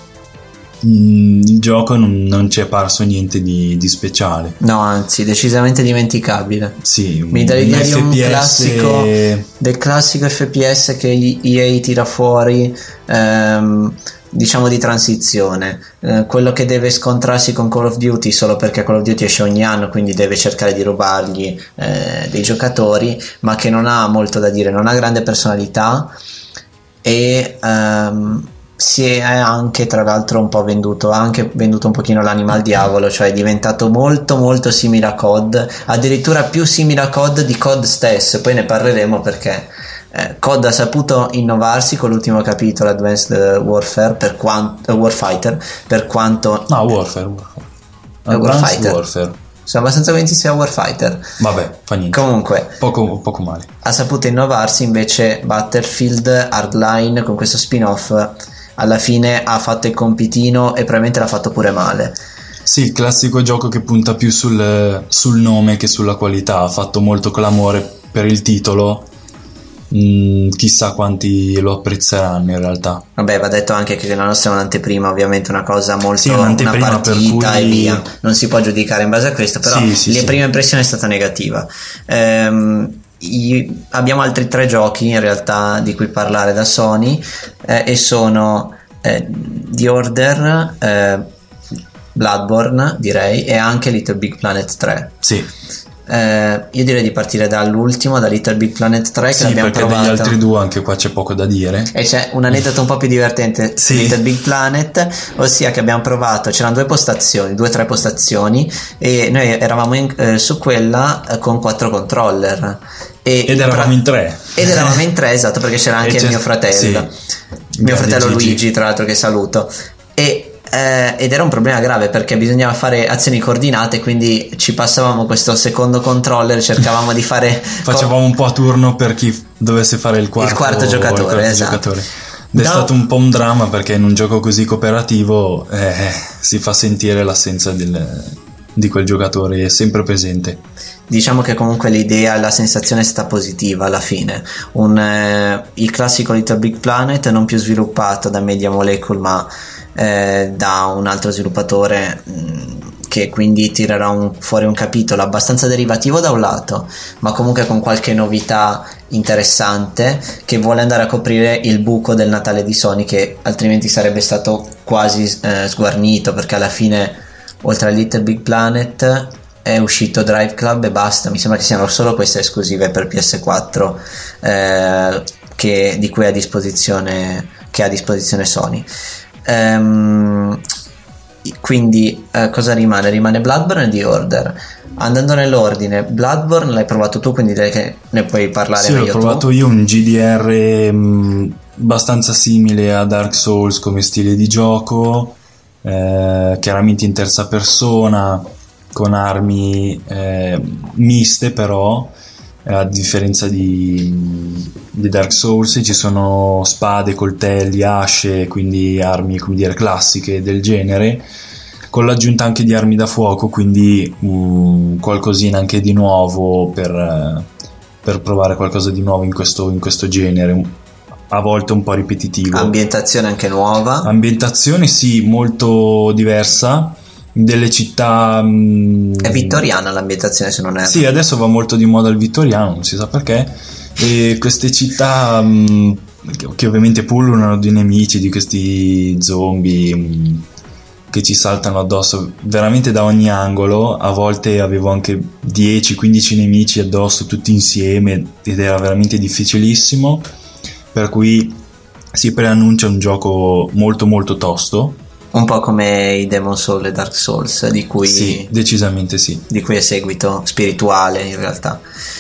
il gioco non ci è parso niente di speciale. No, anzi, decisamente dimenticabile. Sì, mi dà l'idea di un classico, del classico FPS che EA tira fuori, diciamo di transizione, quello che deve scontrarsi con Call of Duty solo perché Call of Duty esce ogni anno, quindi deve cercare di rubargli dei giocatori, ma che non ha molto da dire, non ha grande personalità e si è anche tra l'altro un po' venduto un pochino l'anima al diavolo, cioè è diventato molto molto simile a COD, addirittura più simile a COD di COD stesso. Poi ne parleremo, perché COD ha saputo innovarsi con l'ultimo capitolo Advanced Warfare, Warfighter, per quanto Warfare. Sono abbastanza convinti sia Warfighter. Vabbè, fa niente. Comunque poco male. Ha saputo innovarsi, invece Battlefield Hardline con questo spin-off alla fine ha fatto il compitino e probabilmente l'ha fatto pure male. Sì, il classico gioco che punta più sul nome che sulla qualità. Ha fatto molto clamore per il titolo, chissà quanti lo apprezzeranno in realtà. Vabbè, va detto anche che la nostra è un'anteprima, ovviamente una cosa molto, sì, una partita e via, non si può giudicare in base a questo, però prima impressione è stata negativa. Abbiamo altri 3 giochi in realtà di cui parlare da Sony, e sono The Order, Bloodborne direi, e anche Little Big Planet 3. Sì. Io direi di partire dall'ultimo, da Little Big Planet 3, che l'abbiamo provato. Degli altri 2 anche qua c'è poco da dire, e c'è un aneddoto un po' più divertente su Little Big Planet, ossia che abbiamo provato, c'erano 2 o 3 postazioni, e noi eravamo su quella con 4 controller ed eravamo in 3, esatto, perché c'era anche il mio fratello, mio fratello Luigi, tra l'altro, che saluto, ed era un problema grave perché bisognava fare azioni coordinate, quindi ci passavamo questo secondo controller, cercavamo di fare facevamo un po' a turno per chi dovesse fare il quarto giocatore, esatto. Ed è stato un po' un dramma, perché in un gioco così cooperativo si fa sentire l'assenza di quel giocatore sempre presente. Diciamo che comunque l'idea, la sensazione è stata positiva alla fine. Il classico Little Big Planet, non più sviluppato da Media Molecule ma da un altro sviluppatore, che quindi tirerà fuori un capitolo abbastanza derivativo da un lato, ma comunque con qualche novità interessante, che vuole andare a coprire il buco del Natale di Sony, che altrimenti sarebbe stato quasi sguarnito, perché alla fine oltre a Little Big Planet è uscito Drive Club e basta. Mi sembra che siano solo queste esclusive per PS4 di cui ha a disposizione Sony. Quindi cosa rimane? Rimane Bloodborne e The Order. Andando nell'ordine, Bloodborne l'hai provato tu, quindi direi che ne puoi parlare meglio tu. Sì, l'ho provato io, un GDR abbastanza simile a Dark Souls come stile di gioco, chiaramente in terza persona, con armi miste, però a differenza di Dark Souls ci sono spade, coltelli, asce, quindi armi, come dire, classiche del genere, con l'aggiunta anche di armi da fuoco, quindi qualcosina anche di nuovo per provare qualcosa di nuovo in questo genere, a volte un po' ripetitivo. Ambientazione anche nuova? Ambientazione sì, molto diversa, delle città è vittoriana l'ambientazione, se non è. Sì, adesso va molto di moda il vittoriano, non si sa perché, e queste città che ovviamente pullulano di nemici, di questi zombie che ci saltano addosso veramente da ogni angolo. A volte avevo anche 10-15 nemici addosso tutti insieme ed era veramente difficilissimo, per cui si preannuncia un gioco molto molto tosto, un po' come i Demon Souls e Dark Souls, di cui sì, decisamente sì, di cui è seguito spirituale in realtà.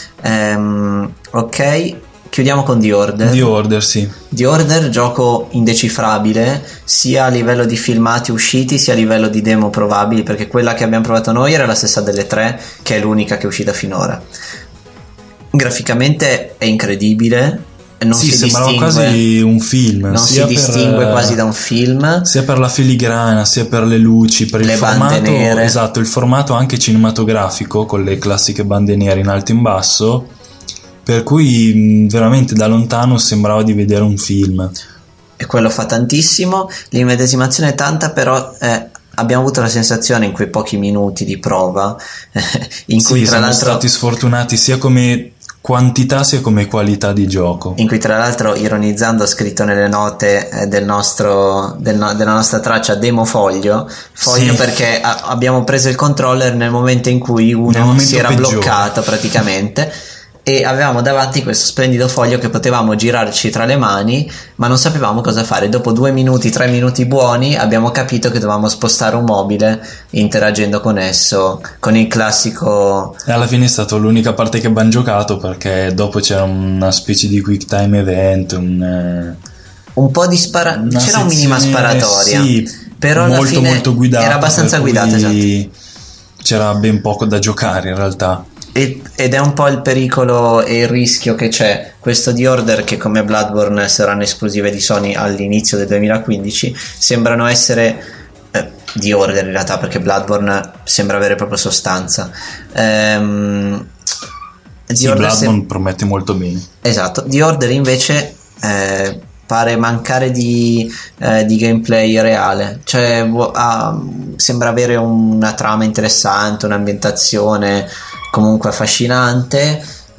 Ok, chiudiamo con The Order. The Order, sì. The Order, gioco indecifrabile sia a livello di filmati usciti sia a livello di demo probabili, perché quella che abbiamo provato noi era la stessa delle 3, che è l'unica che è uscita finora. Graficamente è incredibile, non sì, si sembrava distingue, quasi un film, non si distingue quasi da un film, sia per la filigrana sia per le luci, per le il bande formato nere. Esatto, il formato anche cinematografico con le classiche bande nere in alto e in basso, per cui veramente da lontano sembrava di vedere un film, e quello fa tantissimo. L'immedesimazione è tanta, però abbiamo avuto la sensazione in quei pochi minuti di prova in cui tra siamo l'altro stati sfortunati sia come quantità sia come qualità di gioco, in cui tra l'altro, ironizzando, ho scritto nelle note della nostra traccia demo foglio sì, perché abbiamo preso il controller nel momento in cui uno si era peggiore, bloccato praticamente, e avevamo davanti questo splendido foglio che potevamo girarci tra le mani, ma non sapevamo cosa fare. Dopo 2 minuti, 3 minuti buoni abbiamo capito che dovevamo spostare un mobile interagendo con esso, con il classico. E alla fine è stata l'unica parte che abbiamo giocato, perché dopo c'era una specie di quick time event, un po' di c'era un minima sparatoria, sì, però molto alla fine molto guidata, era abbastanza guidata, esatto. C'era ben poco da giocare in realtà. Ed è un po' il pericolo e il rischio che c'è. Questo The Order, che come Bloodborne saranno esclusive di Sony all'inizio del 2015, sembrano essere The Order in realtà, perché Bloodborne sembra avere proprio sostanza. Sì, Bloodborne promette molto bene. Esatto. The Order invece pare mancare di gameplay reale, cioè sembra avere una trama interessante, un'ambientazione comunque affascinante,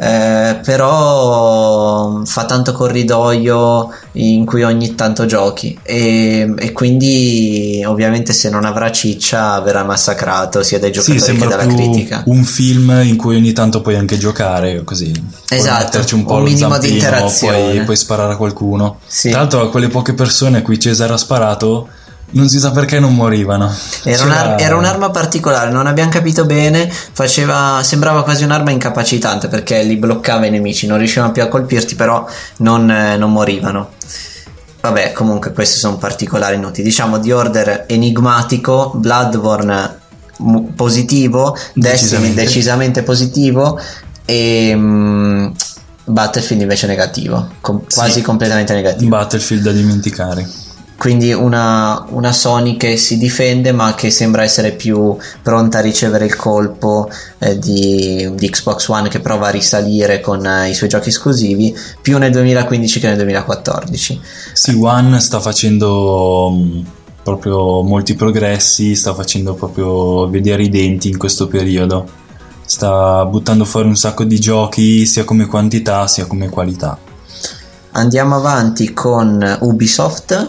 però fa tanto corridoio in cui ogni tanto giochi, e quindi ovviamente se non avrà ciccia verrà massacrato sia dai giocatori che dalla critica. Un film in cui ogni tanto puoi anche giocare, così esatto, metterci un po' un lo minimo zampino, di interazione, puoi sparare a qualcuno. Sì. Tra l'altro a quelle poche persone a cui Cesare ha sparato non si sa perché non morivano. Era un'arma particolare, non abbiamo capito bene, sembrava quasi un'arma incapacitante, perché li bloccava i nemici, non riuscivano più a colpirti, però non morivano. Vabbè, comunque questi sono particolari noti. Diciamo The Order enigmatico, Bloodborne positivo, Destiny decisamente positivo, e Battlefield invece negativo, quasi completamente negativo. Battlefield da dimenticare. Quindi una Sony che si difende, ma che sembra essere più pronta a ricevere il colpo di Xbox One, che prova a risalire con i suoi giochi esclusivi più nel 2015 che nel 2014. Sì, One sta facendo proprio molti progressi, sta facendo proprio vedere i denti in questo periodo, sta buttando fuori un sacco di giochi sia come quantità sia come qualità. Andiamo avanti con Ubisoft,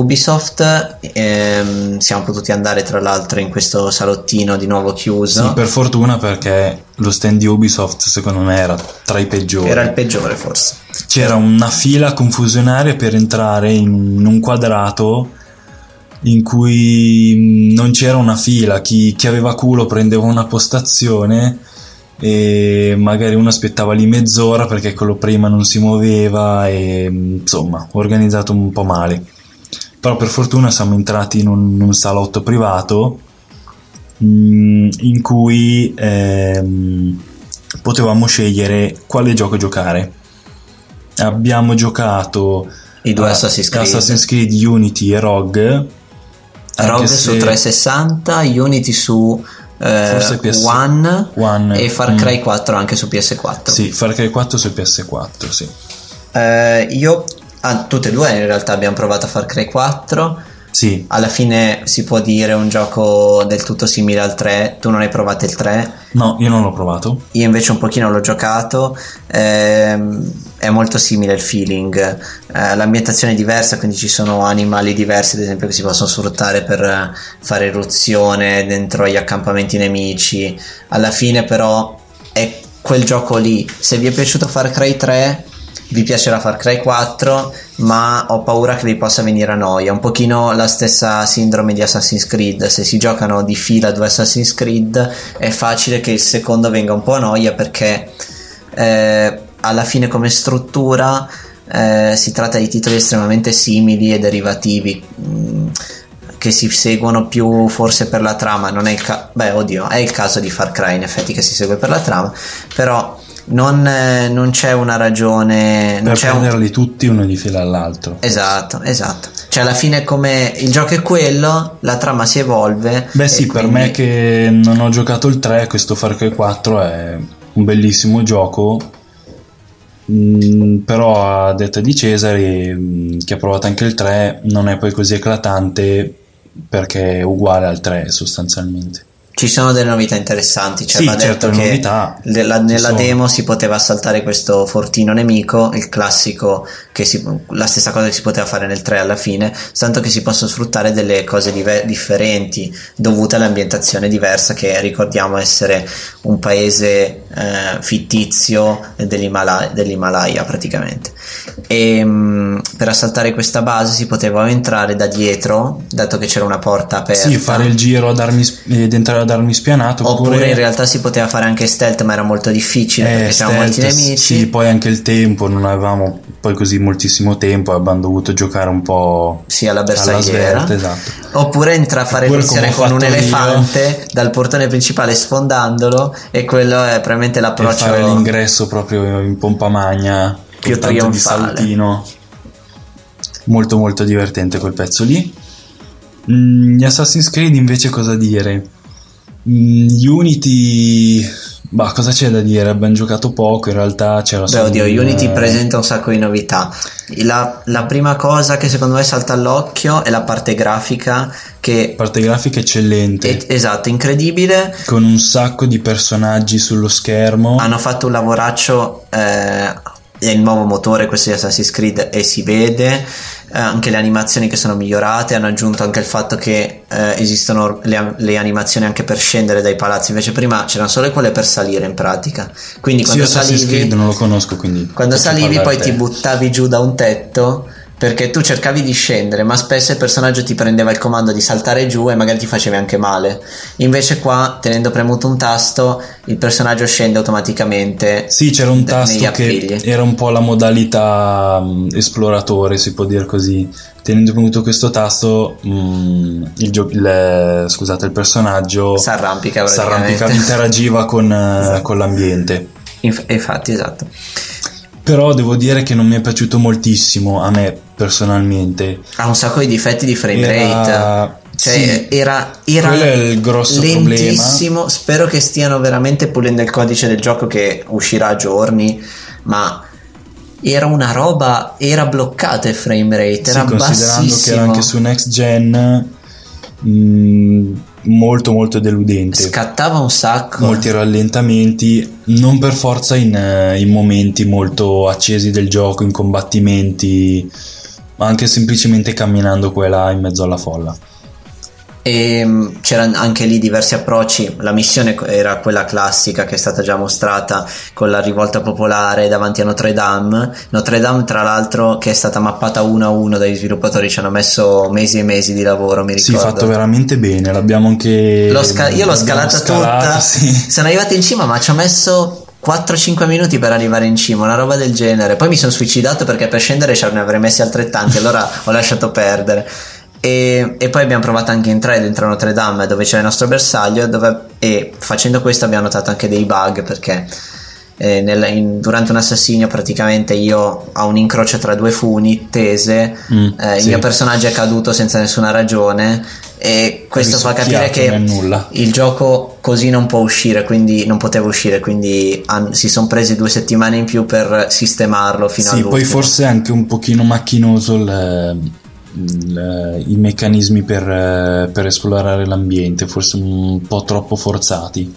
siamo potuti andare tra l'altro in questo salottino di nuovo chiuso. Sì, per fortuna, perché lo stand di Ubisoft secondo me era tra i peggiori. Era il peggiore forse. C'era una fila confusionaria per entrare in un quadrato in cui non c'era una fila, chi aveva culo prendeva una postazione e magari uno aspettava lì mezz'ora perché quello prima non si muoveva, e insomma organizzato un po' male. Però per fortuna siamo entrati in un salotto privato in cui potevamo scegliere quale gioco giocare. Abbiamo giocato i due Assassin's Creed Unity e Rogue su 360, Unity su forse One e Far Cry 4 anche su PS4. Sì, Far Cry 4 su PS4, sì. Io tutte e due in realtà abbiamo provato a Far Cry 4. Sì. Alla fine si può dire un gioco del tutto simile al 3. Tu non hai provato il 3? No, io non l'ho provato. Io invece un pochino l'ho giocato. È molto simile il feeling. L'ambientazione è diversa, quindi ci sono animali diversi, ad esempio, che si possono sfruttare per fare irruzione dentro agli accampamenti nemici. Alla fine però è quel gioco lì. Se vi è piaciuto Far Cry 3, vi piacerà Far Cry 4, ma ho paura che vi possa venire a noia. Un pochino la stessa sindrome di Assassin's Creed. Se si giocano di fila 2 Assassin's Creed è facile che il secondo venga un po' a noia, perché alla fine come struttura si tratta di titoli estremamente simili e derivativi, che si seguono più forse per la trama. Non è è il caso di Far Cry in effetti, che si segue per la trama, però non c'è una ragione per prenderli tutti uno di fila all'altro. Esatto. Cioè alla fine, come il gioco è quello, la trama si evolve. Beh sì, per me che non ho giocato il 3, questo Far Cry 4 è un bellissimo gioco, però a detta di Cesare, che ha provato anche il 3, non è poi così eclatante, perché è uguale al 3 sostanzialmente. Ci sono delle novità interessanti, cioè sì, va detto certo, che novità nella demo si poteva assaltare questo fortino nemico, il classico, la stessa cosa che si poteva fare nel 3 alla fine, tanto che si possono sfruttare delle cose differenti dovute all'ambientazione diversa, che ricordiamo essere un paese fittizio dell'Himalaya praticamente. E per assaltare questa base si poteva entrare da dietro, dato che c'era una porta aperta. Sì, fare il giro ed entrare ad armi spianato. Oppure in realtà si poteva fare anche stealth, ma era molto difficile perché c'erano molti nemici. Sì, poi anche il tempo, non avevamo poi così moltissimo tempo, abbiamo dovuto giocare un po' alla bersagliera. Esatto. Oppure fare missione con un elefante dal portone principale sfondandolo, e quello è probabilmente l'approccio. E fare l'ingresso proprio in pompa magna, più trionfale, di saltino. Molto molto divertente quel pezzo lì. Gli Assassin's Creed invece cosa dire? Unity, cosa c'è da dire? Abbiamo giocato poco, in realtà c'era Unity presenta un sacco di novità. La prima cosa che secondo me salta all'occhio è la parte grafica, eccellente. Esatto, incredibile, con un sacco di personaggi sullo schermo. Hanno fatto un lavoraccio, è il nuovo motore questo di Assassin's Creed, e si vede anche le animazioni che sono migliorate. Hanno aggiunto anche il fatto che esistono le animazioni anche per scendere dai palazzi, invece prima c'erano solo quelle per salire in pratica. Quindi quando Assassin's Creed non lo conosco, quindi quando salivi poi ti buttavi giù da un tetto, perché tu cercavi di scendere, ma spesso il personaggio ti prendeva il comando di saltare giù e magari ti facevi anche male. Invece qua, tenendo premuto un tasto, il personaggio scende automaticamente. Sì, c'era un tasto che era un po' la modalità esploratore, si può dire così. Tenendo premuto questo tasto, il personaggio si arrampica, interagiva con l'ambiente. Infatti, esatto. Però devo dire che non mi è piaciuto moltissimo, a me personalmente. Ha un sacco di difetti di frame rate. Cioè, sì, era quello è il grosso lentissimo problema. Spero che stiano veramente pulendo il codice del gioco, che uscirà a giorni, ma era una roba, era bloccato il frame rate, era considerando bassissimo, che era anche su next gen, molto molto deludente, scattava un sacco, molti rallentamenti, non per forza in momenti molto accesi del gioco, in combattimenti, ma anche semplicemente camminando qua e là in mezzo alla folla. E c'erano anche lì diversi approcci. La missione era quella classica che è stata già mostrata, con la rivolta popolare davanti a Notre Dame, tra l'altro, che è stata mappata 1-1 dagli sviluppatori. Ci hanno messo mesi e mesi di lavoro, mi ricordo. Sì, fatto veramente bene, l'abbiamo anche io l'ho scalata tutta, sì. Sono arrivato in cima, ma ci ho messo 4-5 minuti per arrivare in cima, una roba del genere. Poi mi sono suicidato perché per scendere ce ne avrei messi altrettanti, allora ho lasciato perdere. E poi abbiamo provato anche a entrare dentro Notre Dame, dove c'è il nostro bersaglio, e facendo questo abbiamo notato anche dei bug, perché durante un assassinio praticamente io ho un incrocio tra due funi tese, il mio personaggio è caduto senza nessuna ragione, e questo fa capire che il gioco così non può uscire, quindi non poteva uscire, quindi si sono presi 2 settimane in più per sistemarlo fino all'ultimo. Poi forse è anche un pochino macchinoso i meccanismi per esplorare l'ambiente, forse un po' troppo forzati,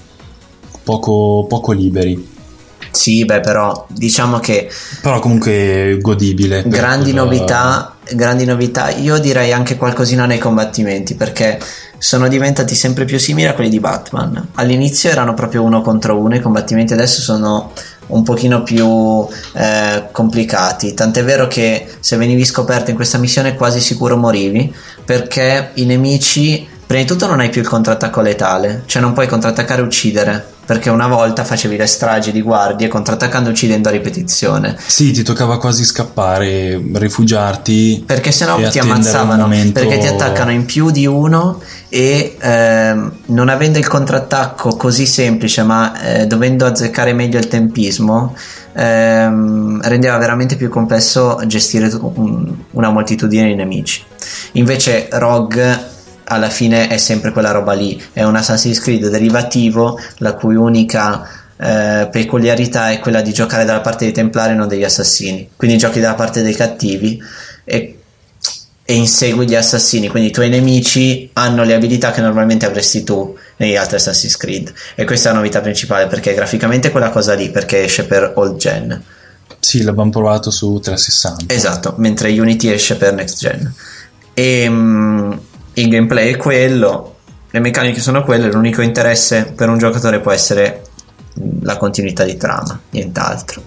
poco liberi. Sì, beh, però diciamo che però comunque godibile. Grandi novità, io direi anche qualcosina nei combattimenti, perché sono diventati sempre più simili a quelli di Batman. All'inizio erano proprio 1 contro 1, i combattimenti adesso sono un pochino più complicati, tant'è vero che se venivi scoperto in questa missione quasi sicuro morivi, perché i nemici, prima di tutto non hai più il contrattacco letale, cioè non puoi contrattaccare e uccidere, perché una volta facevi le stragi di guardie contrattaccando e uccidendo a ripetizione. Sì, ti toccava quasi scappare, rifugiarti, perché sennò ti ammazzavano, perché ti attaccano in più di uno e non avendo il contrattacco così semplice, ma dovendo azzeccare meglio il tempismo, rendeva veramente più complesso gestire una moltitudine di nemici. Invece Rogue alla fine è sempre quella roba lì, è un Assassin's Creed derivativo, la cui unica peculiarità è quella di giocare dalla parte dei Templari e non degli assassini, quindi giochi dalla parte dei cattivi e insegui gli assassini, quindi i tuoi nemici hanno le abilità che normalmente avresti tu negli altri Assassin's Creed, e questa è la novità principale, perché graficamente quella cosa lì, perché esce per old gen. Sì, l'abbiamo provato su 360. Esatto, mentre Unity esce per next gen, e il gameplay è quello, le meccaniche sono quelle, l'unico interesse per un giocatore può essere la continuità di trama, nient'altro.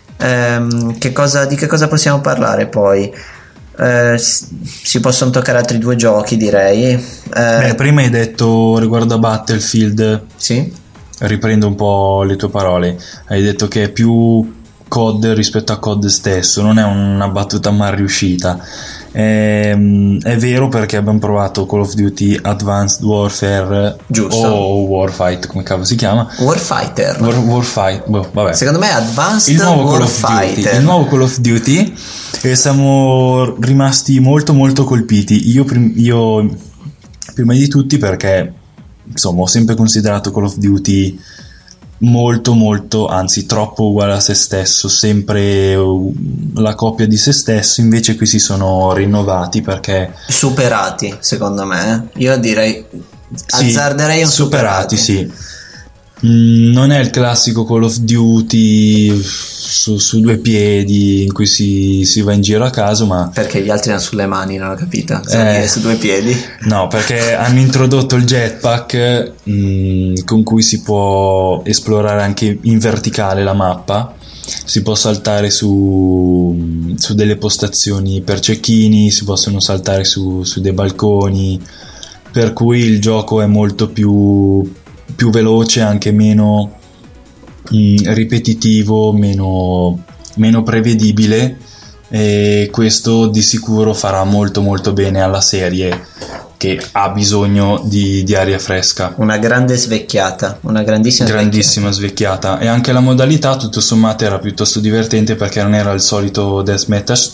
Di che cosa possiamo parlare poi? Si possono toccare altri 2 giochi, direi. Prima hai detto riguardo a Battlefield, sì? Riprendo un po' le tue parole, hai detto che è più COD rispetto a COD stesso, non è una battuta mal riuscita. È vero, perché abbiamo provato Call of Duty Advanced Warfare, giusto, o Warfight, come cavolo si chiama? Warfighter. Vabbè. Secondo me è Advanced il nuovo Warfighter, il nuovo Call of Duty, e siamo rimasti molto molto colpiti. Io prima di tutti, perché insomma ho sempre considerato Call of Duty molto, anzi troppo uguale a se stesso, sempre la copia di se stesso. Invece qui si sono rinnovati, perché superati, secondo me. Io direi, sì, azzarderei un superati. Sì, non è il classico Call of Duty su 2 piedi in cui si va in giro a caso, ma perché gli altri hanno sulle mani, non ho capito, su 2 piedi. No, perché hanno introdotto il jetpack con cui si può esplorare anche in verticale la mappa, si può saltare su delle postazioni per cecchini, si possono saltare su dei balconi, per cui il gioco è molto più veloce, anche meno ripetitivo, meno prevedibile, e questo di sicuro farà molto bene alla serie, che ha bisogno di aria fresca. Una grande svecchiata, una grandissima svecchiata. E anche la modalità tutto sommato era piuttosto divertente, perché non era il solito deathmatch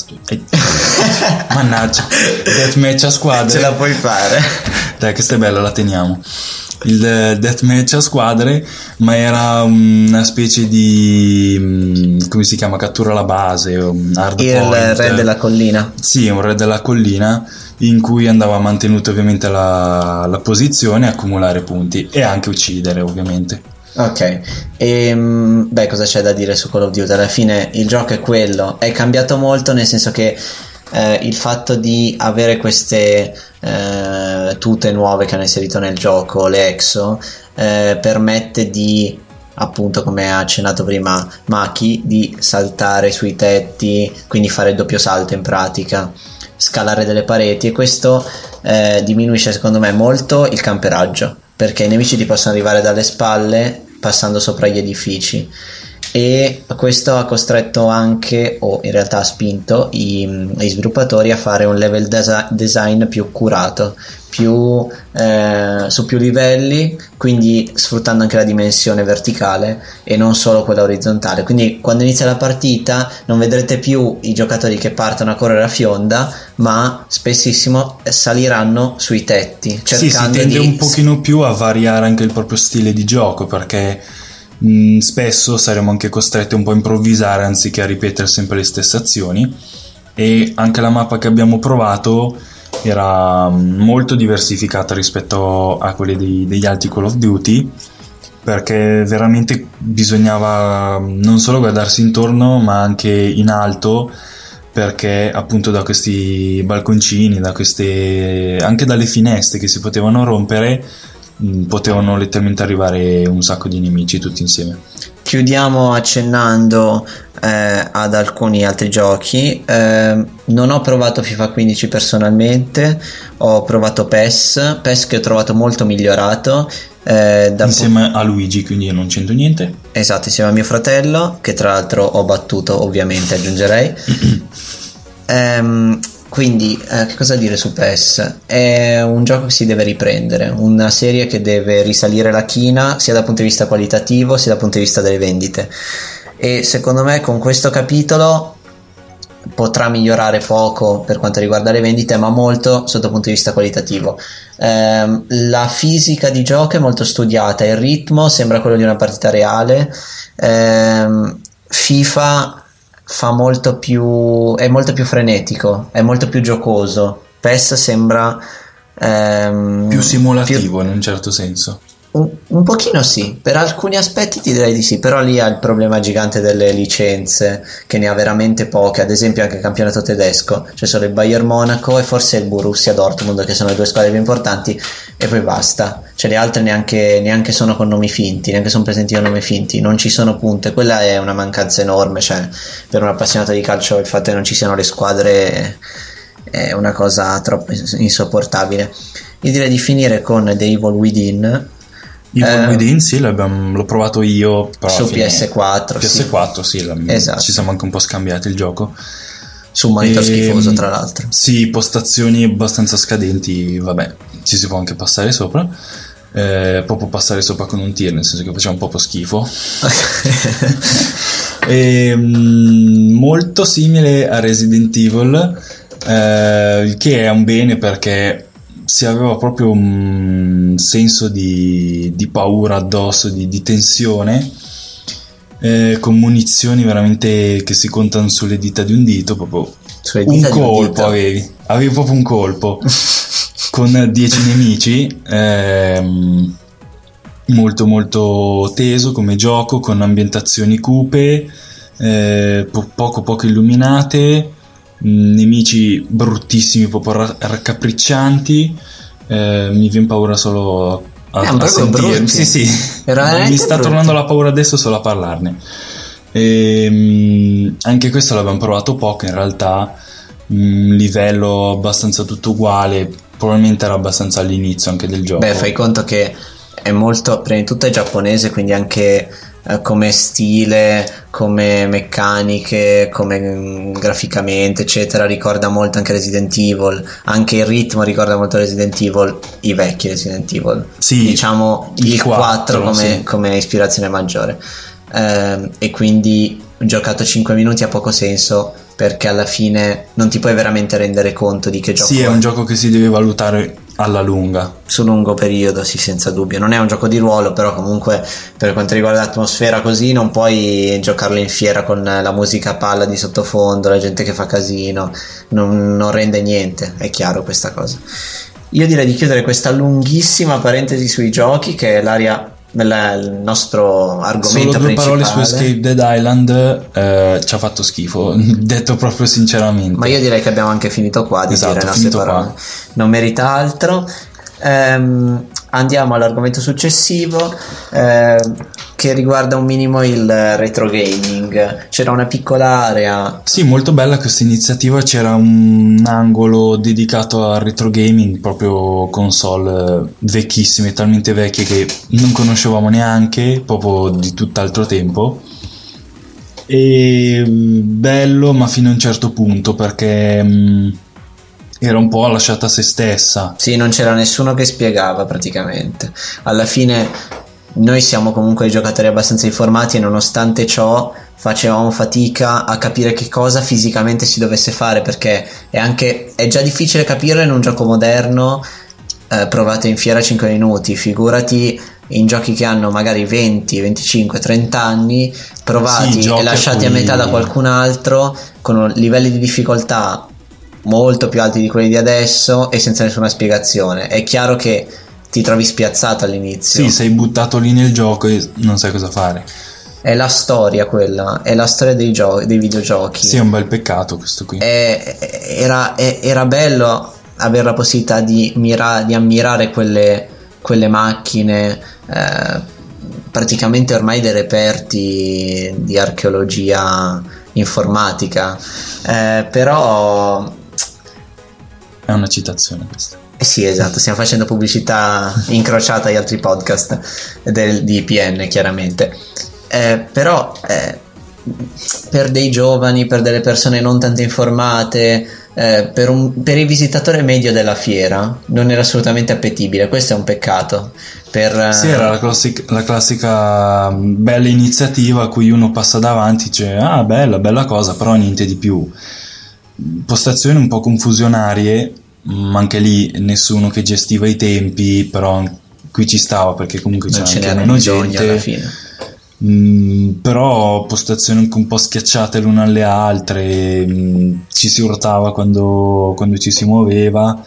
mannaggia, deathmatch a squadre. Ce la puoi fare, dai, questa è bella, la teniamo. Il deathmatch a squadre, ma era una specie di come si chiama, cattura alla base, il re della collina. Sì, un re della collina, in cui andava mantenuta ovviamente la posizione, accumulare punti e anche uccidere, ovviamente. Ok, beh, cosa c'è da dire su Call of Duty? Alla fine il gioco è quello, è cambiato molto, nel senso che il fatto di avere queste tute nuove che hanno inserito nel gioco, le EXO, permette di, appunto, come ha accennato prima Maki, di saltare sui tetti, quindi fare il doppio salto in pratica, scalare delle pareti, e questo diminuisce secondo me molto il camperaggio, perché i nemici ti possono arrivare dalle spalle passando sopra gli edifici, e questo ha costretto anche, o in realtà ha spinto gli sviluppatori a fare un level design più curato, su più livelli, quindi sfruttando anche la dimensione verticale e non solo quella orizzontale. Quindi quando inizia la partita non vedrete più i giocatori che partono a correre a fionda, ma spessissimo saliranno sui tetti, cercando si tende un pochino più a variare anche il proprio stile di gioco, perché spesso saremo anche costretti un po' a improvvisare anziché a ripetere sempre le stesse azioni, e anche la mappa che abbiamo provato era molto diversificata rispetto a quelle degli altri Call of Duty, perché veramente bisognava non solo guardarsi intorno ma anche in alto, perché appunto da questi balconcini, anche dalle finestre che si potevano rompere, potevano letteralmente arrivare un sacco di nemici tutti insieme. Chiudiamo accennando ad alcuni altri giochi. Non ho provato FIFA 15 personalmente, ho provato PES che ho trovato molto migliorato, insieme a Luigi, quindi io non c'entro niente. Esatto, insieme a mio fratello, che tra l'altro ho battuto, ovviamente, aggiungerei. Quindi che cosa dire su PES? È un gioco che si deve riprendere, una serie che deve risalire la china sia dal punto di vista qualitativo sia dal punto di vista delle vendite, e secondo me con questo capitolo potrà migliorare poco per quanto riguarda le vendite, ma molto sotto il punto di vista qualitativo. La fisica di gioco è molto studiata, il ritmo sembra quello di una partita reale. FIFA è molto più frenetico, è molto più giocoso. PES sembra più simulativo in un certo senso. Un pochino sì, per alcuni aspetti ti direi di sì, però lì ha il problema gigante delle licenze, che ne ha veramente poche. Ad esempio anche il campionato tedesco, c'è solo il Bayern Monaco e forse il Borussia Dortmund, che sono le due squadre più importanti, e poi basta. Cioè le altre neanche sono con nomi finti, neanche sono presenti con nomi finti, non ci sono punte. Quella è una mancanza enorme, cioè per un appassionato di calcio il fatto che non ci siano le squadre è una cosa troppo insopportabile. Io direi di finire con The Evil Within. Within sì, l'ho provato io su PS4 sì, esatto. Ci siamo anche un po' scambiati il gioco su un monitor schifoso, tra l'altro. Sì, postazioni abbastanza scadenti, vabbè, ci si può anche passare sopra, proprio passare sopra con un tir, nel senso che faceva un po' schifo. Molto simile a Resident Evil, il che è un bene, perché si aveva proprio un senso di paura addosso, di tensione, con munizioni veramente che si contano sulle dita di un dito, proprio un colpo avevi proprio un colpo con 10 nemici, molto molto teso come gioco, con ambientazioni cupe, poco illuminate, nemici bruttissimi, proprio raccapriccianti. Mi viene paura solo a sentire. Sì, mi sta tornando la paura adesso solo a parlarne. Anche questo l'abbiamo provato poco in realtà, livello abbastanza tutto uguale, probabilmente era abbastanza all'inizio anche del gioco. Beh, fai conto che è molto, prima di tutto è giapponese, quindi anche come stile, come meccaniche, come graficamente eccetera ricorda molto anche Resident Evil, anche il ritmo ricorda molto Resident Evil, i vecchi Resident Evil, sì, diciamo il 4 come ispirazione maggiore, e quindi giocato 5 minuti ha poco senso, perché alla fine non ti puoi veramente rendere conto di che gioco è. Sì, è un gioco che si deve valutare alla lunga, su lungo periodo, sì, senza dubbio. Non è un gioco di ruolo, però comunque per quanto riguarda l'atmosfera così non puoi giocarlo in fiera con la musica a palla di sottofondo, la gente che fa casino, non rende niente, è chiaro questa cosa. Io direi di chiudere questa lunghissima parentesi sui giochi, che è il nostro argomento principale. Solo 2 parole su Escape Dead Island, ci ha fatto schifo, detto proprio sinceramente. Ma io direi che abbiamo anche finito qua di dire le nostre parole. Qua. Non merita altro. Andiamo all'argomento successivo, che riguarda un minimo il retro gaming. C'era una piccola area. Sì, molto bella questa iniziativa. C'era un angolo dedicato al retro gaming, proprio console vecchissime, talmente vecchie che non conoscevamo neanche, proprio di tutt'altro tempo. E bello, ma fino a un certo punto, perché era un po' lasciata a se stessa. Sì, non c'era nessuno che spiegava praticamente. Alla fine noi siamo comunque giocatori abbastanza informati, e nonostante ciò facevamo fatica a capire che cosa fisicamente si dovesse fare, perché è già difficile capirlo in un gioco moderno provato in fiera 5 minuti, figurati in giochi che hanno magari 20, 25, 30 anni, provati Sì, e lasciati a metà da qualcun altro, con livelli di difficoltà molto più alti di quelli di adesso e senza nessuna spiegazione. È chiaro che ti trovi spiazzato all'inizio. Sì, sei buttato lì nel gioco e non sai cosa fare. È la storia quella, è la storia dei videogiochi. Sì, è un bel peccato questo qui. Era bello avere la possibilità di ammirare quelle macchine, praticamente ormai dei reperti di archeologia informatica, però È una citazione questa. sì, esatto, stiamo facendo pubblicità incrociata agli altri podcast di IPN, chiaramente. Però per dei giovani, per delle persone non tanto informate, per il visitatore medio della fiera non era assolutamente appetibile. Questo è un peccato. Sì, era la classica bella iniziativa a cui uno passa davanti e dice ah, bella cosa, però niente di più. Postazioni un po' confusionarie, ma anche lì nessuno che gestiva i tempi, però qui ci stava perché comunque non c'era ce anche n'era meno bisogno gente. alla fine. Però postazioni anche un po' schiacciate l'una alle altre, ci si urtava quando ci si muoveva,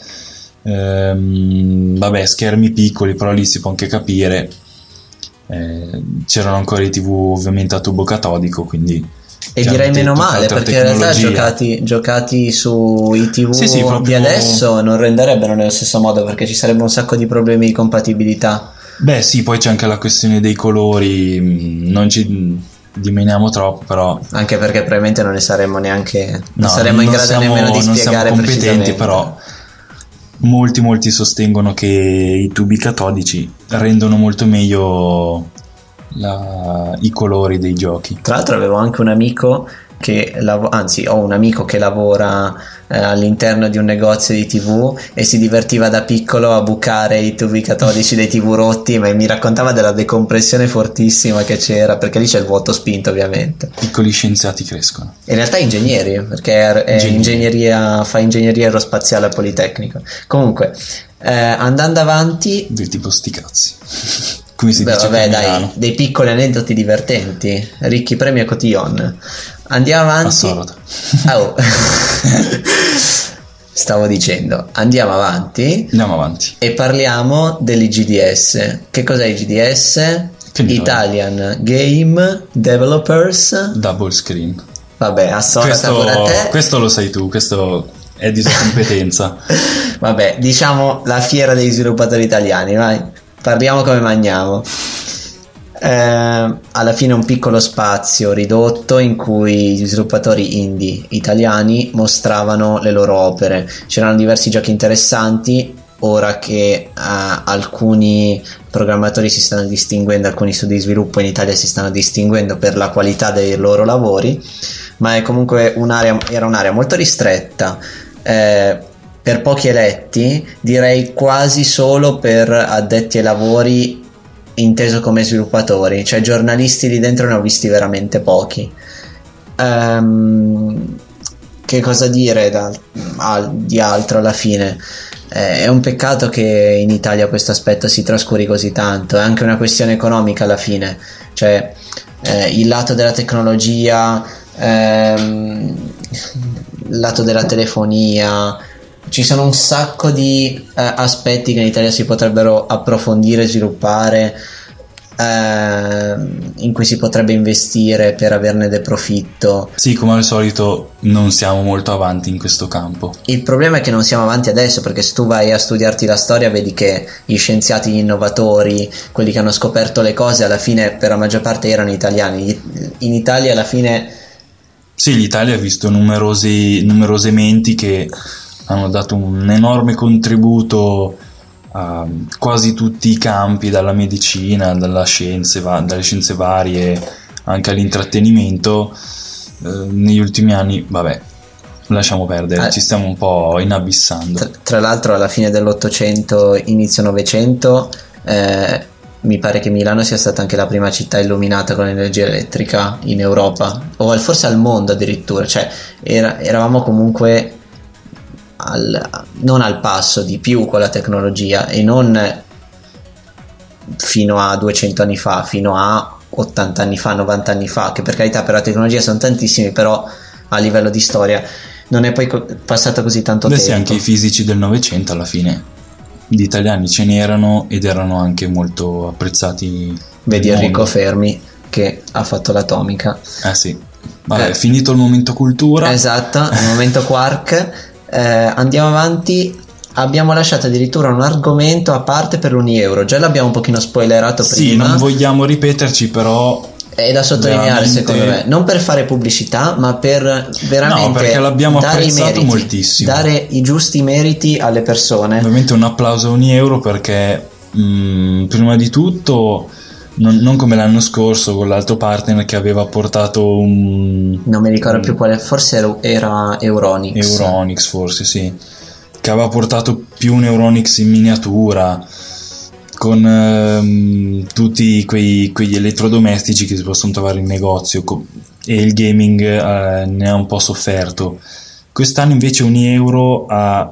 vabbè, schermi piccoli, però lì si può anche capire, c'erano ancora i TV ovviamente a tubo catodico, quindi e direi meno male, perché in realtà giocati sui TV sì, proprio... di adesso non renderebbero nello stesso modo, perché ci sarebbe un sacco di problemi di compatibilità. Beh sì, poi c'è anche la questione dei colori, non ci dimentichiamo troppo, però anche perché probabilmente non ne saremmo neanche saremmo in grado nemmeno di spiegare non siamo competenti, precisamente. però molti sostengono che i tubi catodici rendono molto meglio i colori dei giochi. Tra l'altro avevo anche un amico ho un amico che lavora all'interno di un negozio di TV e si divertiva da piccolo a bucare i tubi catodici dei TV rotti, ma mi raccontava della decompressione fortissima che c'era, perché lì c'è il vuoto spinto ovviamente. Piccoli scienziati crescono. In realtà ingegneri, perché fa ingegneria aerospaziale al Politecnico. Comunque andando avanti, tipo sti cazzi. Come si dice? Vabbè, dai, dei piccoli aneddoti divertenti, ricchi premi e cotillon. Andiamo avanti. Stavo dicendo, andiamo avanti e parliamo dell'IGDS. Che cos'è IGDS? Italian Game Developers Double Screen. Vabbè, assolutamente pure a te. Questo lo sai tu, questo è di sua competenza. Vabbè, diciamo la fiera degli sviluppatori italiani, vai. Parliamo come mangiamo. Alla fine un piccolo spazio ridotto in cui gli sviluppatori indie italiani mostravano le loro opere. C'erano diversi giochi interessanti. Ora che alcuni programmatori si stanno distinguendo, alcuni studi di sviluppo in Italia si stanno distinguendo per la qualità dei loro lavori, ma è comunque era un'area molto ristretta, per pochi eletti, direi quasi solo per addetti ai lavori inteso come sviluppatori, cioè giornalisti lì dentro ne ho visti veramente pochi. Che cosa dire di altro alla fine? È un peccato che in Italia questo aspetto si trascuri così tanto, è anche una questione economica alla fine, cioè il lato della tecnologia, il lato della telefonia, ci sono un sacco di aspetti che in Italia si potrebbero approfondire, sviluppare, in cui si potrebbe investire per averne del profitto. Sì, come al solito non siamo molto avanti in questo campo. Il problema è che non siamo avanti adesso, perché se tu vai a studiarti la storia vedi che gli scienziati, gli innovatori, quelli che hanno scoperto le cose alla fine per la maggior parte erano italiani. In Italia alla fine sì, l'Italia ha visto numerose menti che hanno dato un enorme contributo a quasi tutti i campi, dalla medicina, dalle scienze varie, anche all'intrattenimento. Negli ultimi anni, vabbè, lasciamo perdere, ci stiamo un po' inabissando. Tra l'altro alla fine dell'800, inizio 900, mi pare che Milano sia stata anche la prima città illuminata con l'energia elettrica in Europa, o forse al mondo addirittura, cioè eravamo comunque non al passo, di più con la tecnologia, e non fino a 200 anni fa, fino a 80 anni fa, 90 anni fa, che per carità per la tecnologia sono tantissimi, però a livello di storia non è poi passato così tanto tempo. Sì, anche i fisici del Novecento alla fine di italiani ce n'erano ed erano anche molto apprezzati. Vedi Enrico Fermi che ha fatto l'atomica. Sì. Vabbè, è finito il momento cultura. Esatto, il momento quark. Andiamo avanti. Abbiamo lasciato addirittura un argomento a parte per €1. Già l'abbiamo un pochino spoilerato prima. Sì, non vogliamo ripeterci, però è da sottolineare secondo me, non per fare pubblicità, ma per veramente, no, perché l'abbiamo dare apprezzato i meriti, moltissimo, dare i giusti meriti alle persone. Ovviamente un applauso a €1 perché prima di tutto non come l'anno scorso con l'altro partner che aveva portato non mi ricordo più quale, forse era Euronics forse, sì, che aveva portato più un Euronics in miniatura con tutti quegli elettrodomestici che si possono trovare in negozio, e il gaming ne ha un po' sofferto. Quest'anno invece €1 ha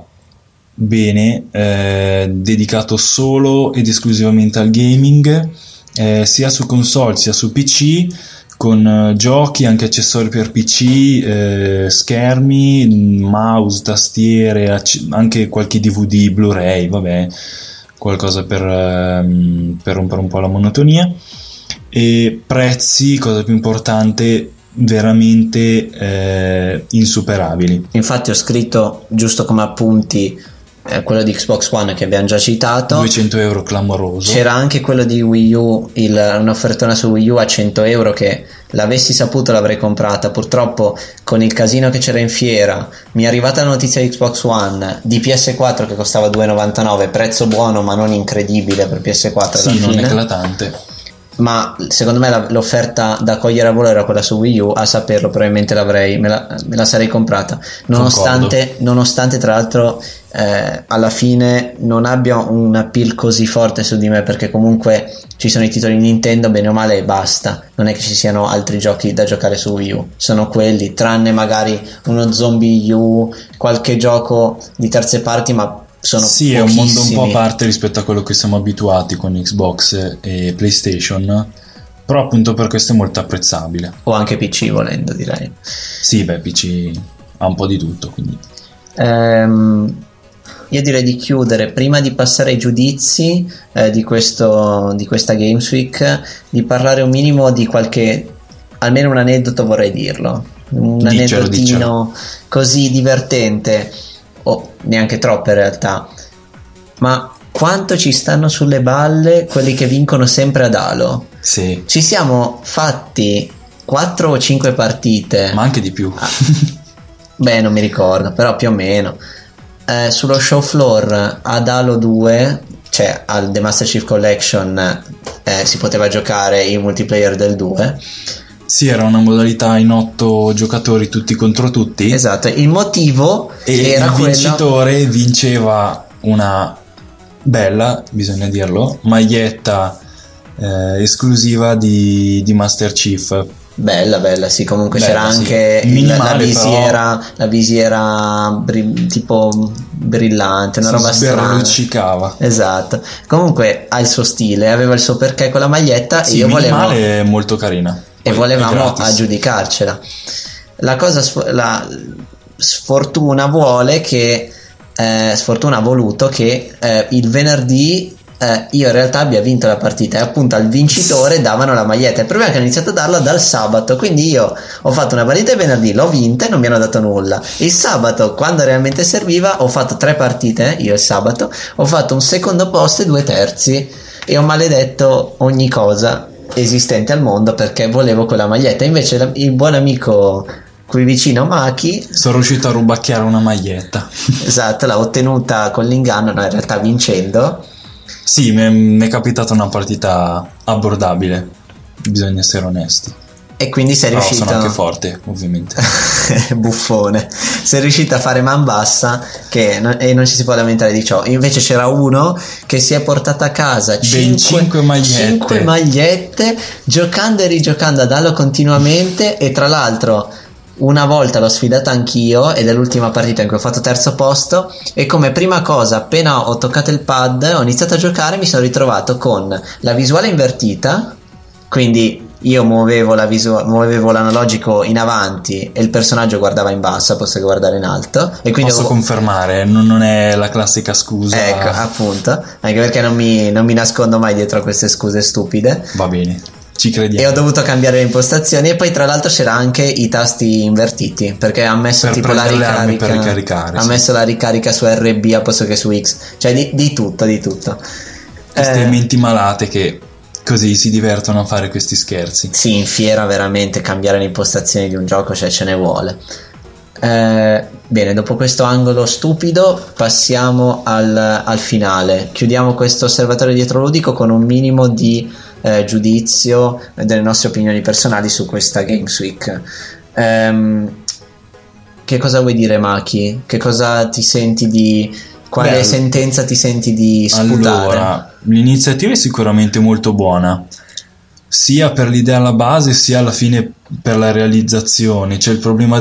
dedicato solo ed esclusivamente al gaming, sia su console sia su PC, con giochi, anche accessori per PC, schermi, mouse, tastiere, anche qualche DVD, Blu-ray, vabbè, qualcosa per rompere un po' la monotonia. E prezzi, cosa più importante, veramente insuperabili. Infatti ho scritto giusto come appunti quello di Xbox One che abbiamo già citato, €200 clamoroso. C'era anche quello di Wii U, un'offertona su Wii U a €100 che l'avessi saputo l'avrei comprata. Purtroppo con il casino che c'era in fiera mi è arrivata la notizia di Xbox One, di PS4 che costava €2,99, prezzo buono ma non incredibile per PS4 alla fine. Non eclatante, ma secondo me l'offerta da cogliere a volo era quella su Wii U. A saperlo probabilmente me la sarei comprata, nonostante tra l'altro alla fine non abbia un appeal così forte su di me, perché comunque ci sono i titoli Nintendo bene o male e basta, non è che ci siano altri giochi da giocare su Wii U, sono quelli, tranne magari uno Zombie U, qualche gioco di terze parti, ma sono sì, pochissimi. È un mondo un po' a parte rispetto a quello che siamo abituati con Xbox e PlayStation, però appunto per questo è molto apprezzabile. O anche PC volendo, direi. Sì, PC ha un po' di tutto, quindi io direi di chiudere prima di passare ai giudizi di questa Games Week, di parlare un minimo di almeno un aneddoto, vorrei dirlo, aneddotino così divertente, o neanche troppo in realtà, ma quanto ci stanno sulle balle quelli che vincono sempre ad Halo. Sì. Ci siamo fatti 4 o 5 partite, ma anche di più. Beh, non mi ricordo, però più o meno. Sullo show floor ad Halo 2, cioè al The Master Chief Collection, si poteva giocare il multiplayer del 2. Sì, era una modalità in 8 giocatori tutti contro tutti. Esatto, il motivo era il vincitore vinceva una bella, bisogna dirlo, maglietta esclusiva di Master Chief. Bella, sì, comunque bella, c'era anche la visiera tipo brillante, una roba strana. Luccicava. Esatto. Comunque ha il suo stile, aveva il suo perché con la maglietta, sì, e io volevo, è molto carina. E volevamo aggiudicarcela. La cosa la sfortuna vuole che sfortuna ha voluto che il venerdì io in realtà abbia vinto la partita, e appunto al vincitore davano la maglietta. Il problema è che hanno iniziato a darla dal sabato, quindi io ho fatto una partita il venerdì, l'ho vinta e non mi hanno dato nulla. Il sabato, quando realmente serviva, ho fatto 3 partite io il sabato, ho fatto un secondo posto e 2 terzi, e ho maledetto ogni cosa esistente al mondo perché volevo quella maglietta. Invece il buon amico qui vicino, Maki, sono riuscito a rubacchiare una maglietta. Esatto, l'ha ottenuta con l'inganno, no, in realtà vincendo. Sì, mi è capitata una partita abbordabile, bisogna essere onesti. E quindi sei riuscito. Sono anche forte, ovviamente. Buffone. Sei riuscito a fare man bassa e non ci si può lamentare di ciò. Invece c'era uno che si è portato a casa 5 magliette, giocando e rigiocando ad Halo continuamente, e tra l'altro una volta l'ho sfidata anch'io ed è l'ultima partita in cui ho fatto terzo posto, e come prima cosa appena ho toccato il pad ho iniziato a giocare, mi sono ritrovato con la visuale invertita, quindi io muovevo l'analogico in avanti e il personaggio guardava in basso, posso guardare in alto, e quindi posso confermare, non è la classica scusa. Ecco, appunto, anche perché non mi nascondo mai dietro a queste scuse stupide. Va bene, ci crediamo. E ho dovuto cambiare le impostazioni, e poi tra l'altro c'era anche i tasti invertiti, perché ha messo per tipo la ricarica, per ricaricare, ha messo la ricarica su RB al posto che su X, cioè di tutto. Queste menti malate che così si divertono a fare questi scherzi. Sì, in fiera veramente cambiare le impostazioni di un gioco, cioè ce ne vuole. Bene, dopo questo angolo stupido passiamo al finale. Chiudiamo questo osservatorio dietroludico con un minimo di giudizio delle nostre opinioni personali su questa Games Week. Che cosa vuoi dire, Maki? Che cosa ti senti di... Quale sentenza ti senti di sputare? Allora, l'iniziativa è sicuramente molto buona, sia per l'idea alla base sia alla fine per la realizzazione. C'è il problema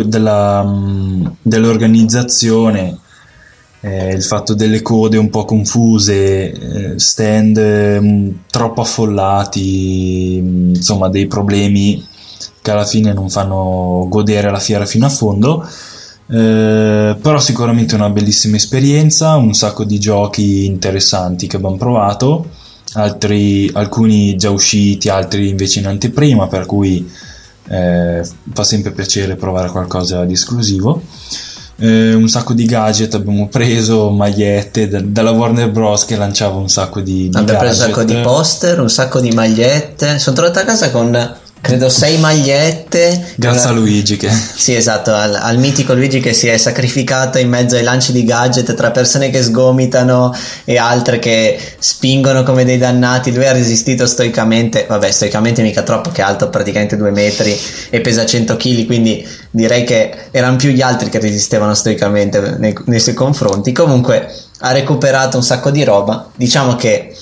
dell'organizzazione, il fatto delle code un po' confuse, stand troppo affollati, insomma dei problemi che alla fine non fanno godere la fiera fino a fondo. Però sicuramente una bellissima esperienza, un sacco di giochi interessanti che abbiamo provato, alcuni già usciti, altri invece in anteprima, per cui fa sempre piacere provare qualcosa di esclusivo. Un sacco di gadget abbiamo preso, magliette dalla Warner Bros che lanciava un sacco di abbiamo gadget. preso un sacco di poster, un sacco di magliette. Sono tornato a casa con credo 6 magliette, grazie a Luigi che... Sì, esatto, al mitico Luigi che si è sacrificato in mezzo ai lanci di gadget tra persone che sgomitano e altre che spingono come dei dannati. Lui ha resistito stoicamente, vabbè, stoicamente mica troppo, che è alto praticamente 2 metri e pesa 100 kg, quindi direi che erano più gli altri che resistevano stoicamente nei suoi confronti. Comunque ha recuperato un sacco di roba. Diciamo che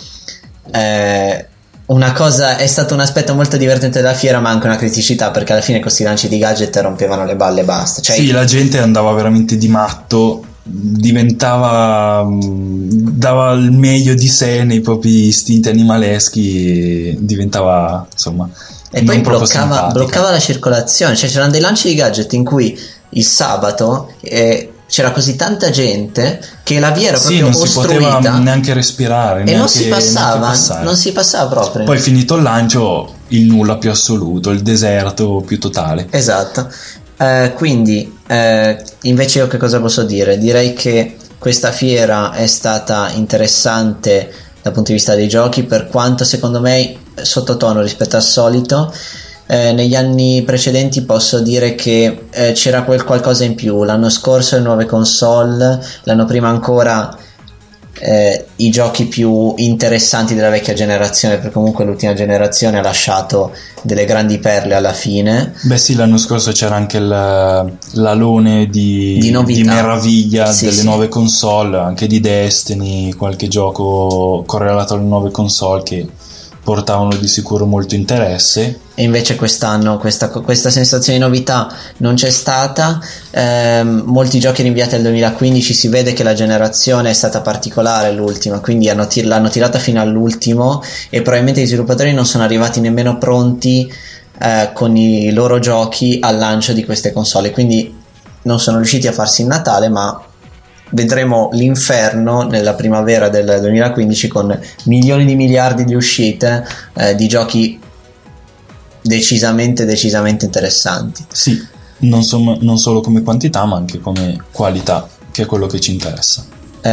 una cosa, è stato un aspetto molto divertente della fiera, ma anche una criticità, perché alla fine questi lanci di gadget rompevano le balle e basta. Cioè, sì, la gente andava veramente di matto, dava il meglio di sé nei propri istinti animaleschi, diventava insomma. E poi bloccava la circolazione, cioè c'erano dei lanci di gadget in cui il sabato c'era così tanta gente che la via era proprio ostruita, non si poteva neanche respirare e non si passava proprio. Poi finito il lancio, il nulla più assoluto, il deserto più totale. Esatto. Quindi invece io che cosa posso dire? Direi che questa fiera è stata interessante dal punto di vista dei giochi, per quanto secondo me sottotono rispetto al solito. Negli anni precedenti posso dire che c'era qualcosa in più. L'anno scorso le nuove console, l'anno prima ancora i giochi più interessanti della vecchia generazione, perché comunque l'ultima generazione ha lasciato delle grandi perle alla fine. Beh sì, l'anno scorso c'era anche l'alone di meraviglia delle nuove console, anche di Destiny, qualche gioco correlato alle nuove console che portavano di sicuro molto interesse. E invece quest'anno questa sensazione di novità non c'è stata. Molti giochi rinviati al 2015, si vede che la generazione è stata particolare l'ultima, quindi l'hanno tirata fino all'ultimo e probabilmente gli sviluppatori non sono arrivati nemmeno pronti con i loro giochi al lancio di queste console, quindi non sono riusciti a farsi il Natale, ma vedremo l'inferno nella primavera del 2015 con milioni di miliardi di uscite di giochi decisamente interessanti. Sì, non solo come quantità ma anche come qualità, che è quello che ci interessa.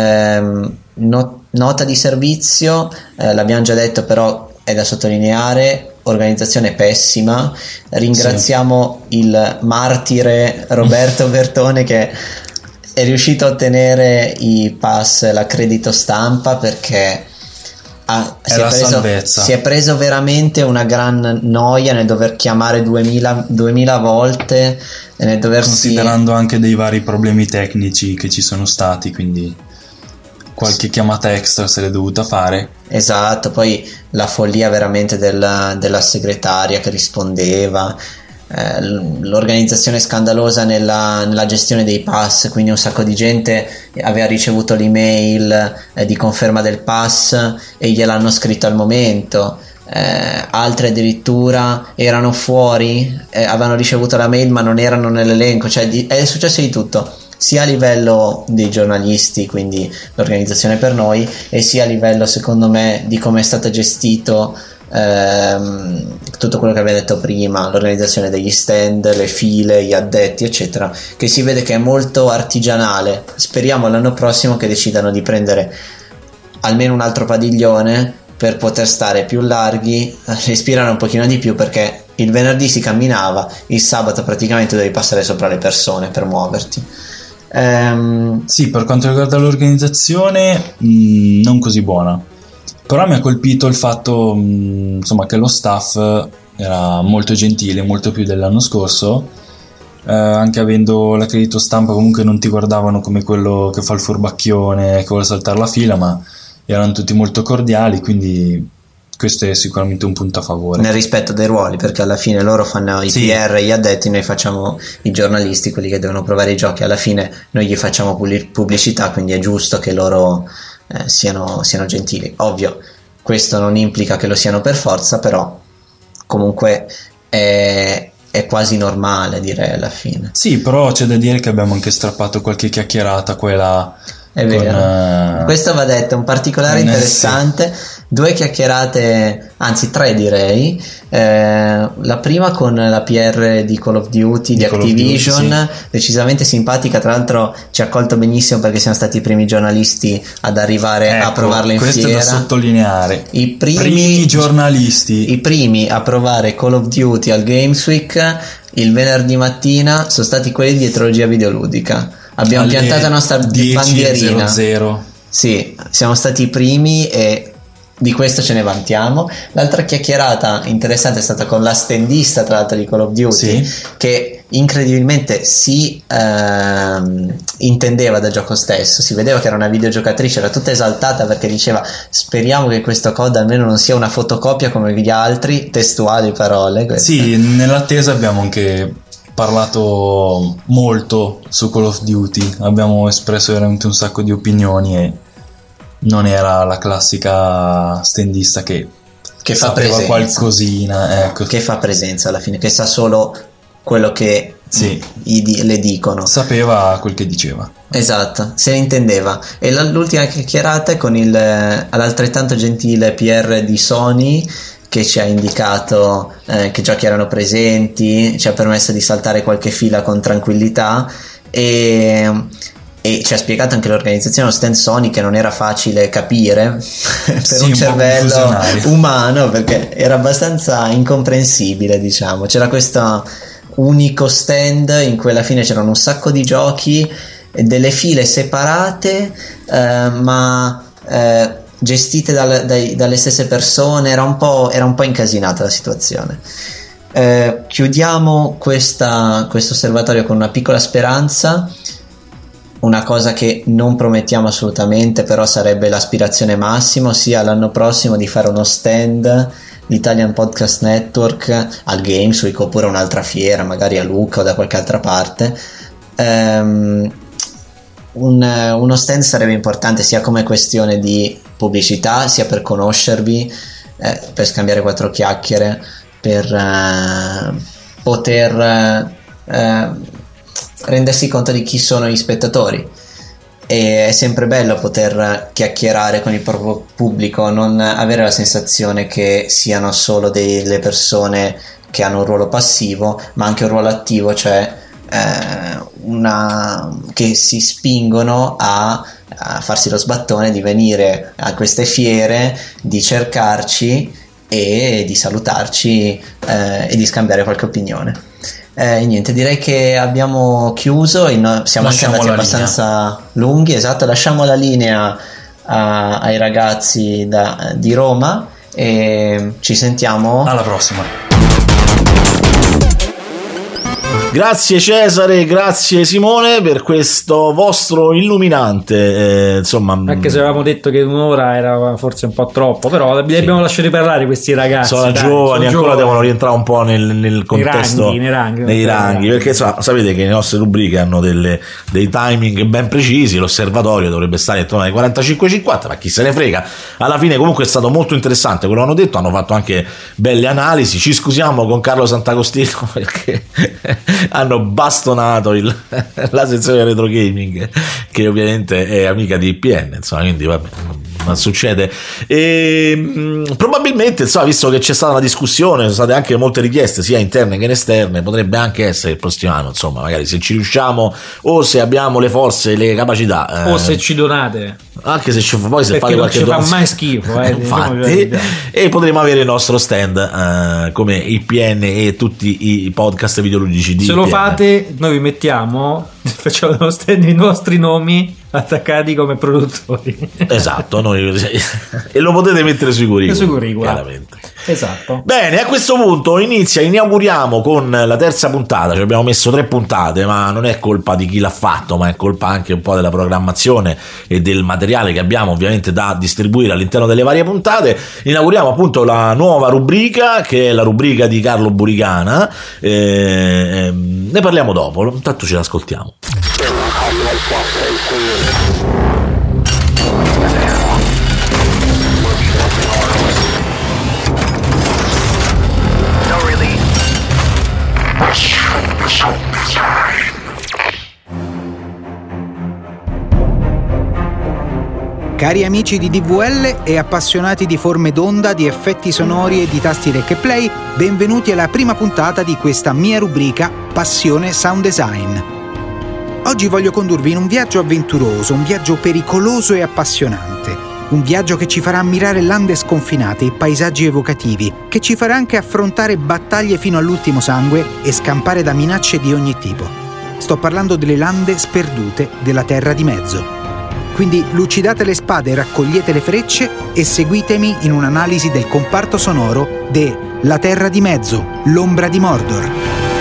Nota di servizio, l'abbiamo già detto, però è da sottolineare: organizzazione pessima. Ringraziamo il martire Roberto Bertone che è riuscito a ottenere i pass, l'accredito stampa, perché si è preso veramente una gran noia nel dover chiamare 2000 volte, nel considerando anche dei vari problemi tecnici che ci sono stati, quindi qualche chiamata extra se l'è dovuta fare. Esatto, poi la follia veramente della segretaria che rispondeva. l'organizzazione scandalosa nella gestione dei pass, quindi un sacco di gente aveva ricevuto l'email di conferma del pass e gliel'hanno scritto al momento. Altre addirittura erano fuori, avevano ricevuto la mail ma non erano nell'elenco, cioè è successo di tutto, sia a livello dei giornalisti, quindi l'organizzazione per noi, e sia a livello, secondo me, di come è stato gestito tutto quello che abbiamo detto prima, l'organizzazione degli stand, le file, gli addetti eccetera, che si vede che è molto artigianale. Speriamo l'anno prossimo che decidano di prendere almeno un altro padiglione per poter stare più larghi, respirare un pochino di più, perché il venerdì si camminava, il sabato praticamente dovevi passare sopra le persone per muoverti. Sì, per quanto riguarda l'organizzazione non così buona, però mi ha colpito il fatto insomma che lo staff era molto gentile, molto più dell'anno scorso, anche avendo l'accredito stampa comunque non ti guardavano come quello che fa il furbacchione, che vuole saltare la fila, ma erano tutti molto cordiali, quindi questo è sicuramente un punto a favore. Nel rispetto dei ruoli, perché alla fine loro fanno i PR, gli addetti, noi facciamo i giornalisti, quelli che devono provare i giochi, alla fine noi gli facciamo pubblicità, quindi è giusto che loro siano gentili. Ovvio, questo non implica che lo siano per forza, però comunque è quasi normale, direi, alla fine. Sì, però c'è da dire che abbiamo anche strappato qualche chiacchierata qua e là. È vero, questo va detto, un particolare interessante. Due chiacchierate, anzi 3 direi. La prima con la PR di Call of Duty, di Activision, decisamente simpatica, tra l'altro ci ha accolto benissimo perché siamo stati i primi giornalisti ad arrivare a provarla in questo fiera. Questo è da sottolineare, i primi giornalisti, i primi a provare Call of Duty al Games Week il venerdì mattina sono stati quelli di Etrologia Videoludica. Abbiamo piantato la nostra bandierina. 10:00. Sì, siamo stati i primi e di questo ce ne vantiamo. L'altra chiacchierata interessante è stata con la standista, tra l'altro, di Call of Duty, che incredibilmente si intendeva da gioco stesso, si vedeva che era una videogiocatrice, era tutta esaltata perché diceva: speriamo che questo code almeno non sia una fotocopia come gli altri, testuali parole queste. Sì, nell'attesa abbiamo anche parlato molto su Call of Duty, abbiamo espresso veramente un sacco di opinioni e non era la classica standista che fa presenza, qualcosina, ecco. Che fa presenza alla fine, che sa solo quello che le dicono, sapeva quel che diceva, esatto, se ne intendeva. E l'ultima chiacchierata è con l'altrettanto gentile PR di Sony, che ci ha indicato che giochi erano presenti, ci ha permesso di saltare qualche fila con tranquillità e ci ha spiegato anche l'organizzazione, lo stand Sony, che non era facile capire per un cervello umano, perché era abbastanza incomprensibile, diciamo. C'era questo unico stand in cui alla fine c'erano un sacco di giochi, delle file separate, ma gestite dalle stesse persone. Era un po' incasinata la situazione. Chiudiamo questo osservatorio con una piccola speranza, una cosa che non promettiamo assolutamente, però sarebbe l'aspirazione massima, ossia l'anno prossimo di fare uno stand l'Italian Podcast Network al Games Week, oppure un'altra fiera, magari a Lucca o da qualche altra parte. Uno stand sarebbe importante sia come questione di pubblicità, sia per conoscervi, per scambiare 4 chiacchiere, per poter rendersi conto di chi sono gli spettatori. E è sempre bello poter chiacchierare con il proprio pubblico, non avere la sensazione che siano solo delle persone che hanno un ruolo passivo, ma anche un ruolo attivo, cioè che si spingono a farsi lo sbattone di venire a queste fiere, di cercarci e di salutarci e di scambiare qualche opinione. Niente, direi che abbiamo chiuso, siamo anche andati abbastanza lunghi, esatto. Lasciamo la linea ai ragazzi di Roma e ci sentiamo alla prossima. Grazie Cesare, grazie Simone per questo vostro illuminante, insomma. Anche se avevamo detto che un'ora era forse un po' troppo, però li abbiamo lasciati parlare questi ragazzi. Sono giovani, ancora devono rientrare un po' nel contesto, nei ranghi, perché insomma, sapete che le nostre rubriche hanno dei timing ben precisi. L'osservatorio dovrebbe stare intorno ai 45-50, ma chi se ne frega. Alla fine comunque è stato molto interessante quello che hanno detto, hanno fatto anche belle analisi. Ci scusiamo con Carlo Sant'Agostino perché hanno bastonato la sezione retro gaming, che ovviamente è amica di IPN, insomma, quindi vabbè, non succede. E probabilmente, insomma, visto che c'è stata una discussione, sono state anche molte richieste sia interne che esterne, potrebbe anche essere il prossimo anno, insomma, magari se ci riusciamo o se abbiamo le forze e le capacità, o se ci donate, anche se poi se perché fate qualche non ci fa mai schifo, infatti, e potremo avere il nostro stand come IPN e tutti i podcast videoludici di se IPN. Lo fate, noi vi mettiamo, facciamo lo stand, i nostri nomi attaccati come produttori, esatto, noi, e lo potete mettere sui curriculum, chiaramente. Esatto. Bene, a questo punto inauguriamo con la terza puntata. Ci abbiamo messo 3 puntate, ma non è colpa di chi l'ha fatto, ma è colpa anche un po' della programmazione e del materiale che abbiamo ovviamente da distribuire all'interno delle varie puntate. Inauguriamo appunto la nuova rubrica, che è la rubrica di Carlo Buricana. Ne parliamo dopo, intanto ce l'ascoltiamo. Cari amici di DVL e appassionati di forme d'onda, di effetti sonori e di tasti rec e play, benvenuti alla prima puntata di questa mia rubrica Passione Sound Design. Oggi voglio condurvi in un viaggio avventuroso, un viaggio pericoloso e appassionante, un viaggio che ci farà ammirare lande sconfinate e paesaggi evocativi, che ci farà anche affrontare battaglie fino all'ultimo sangue e scampare da minacce di ogni tipo. Sto parlando delle lande sperdute della Terra di Mezzo. Quindi lucidate le spade, raccogliete le frecce e seguitemi in un'analisi del comparto sonoro de La Terra di Mezzo, l'ombra di Mordor.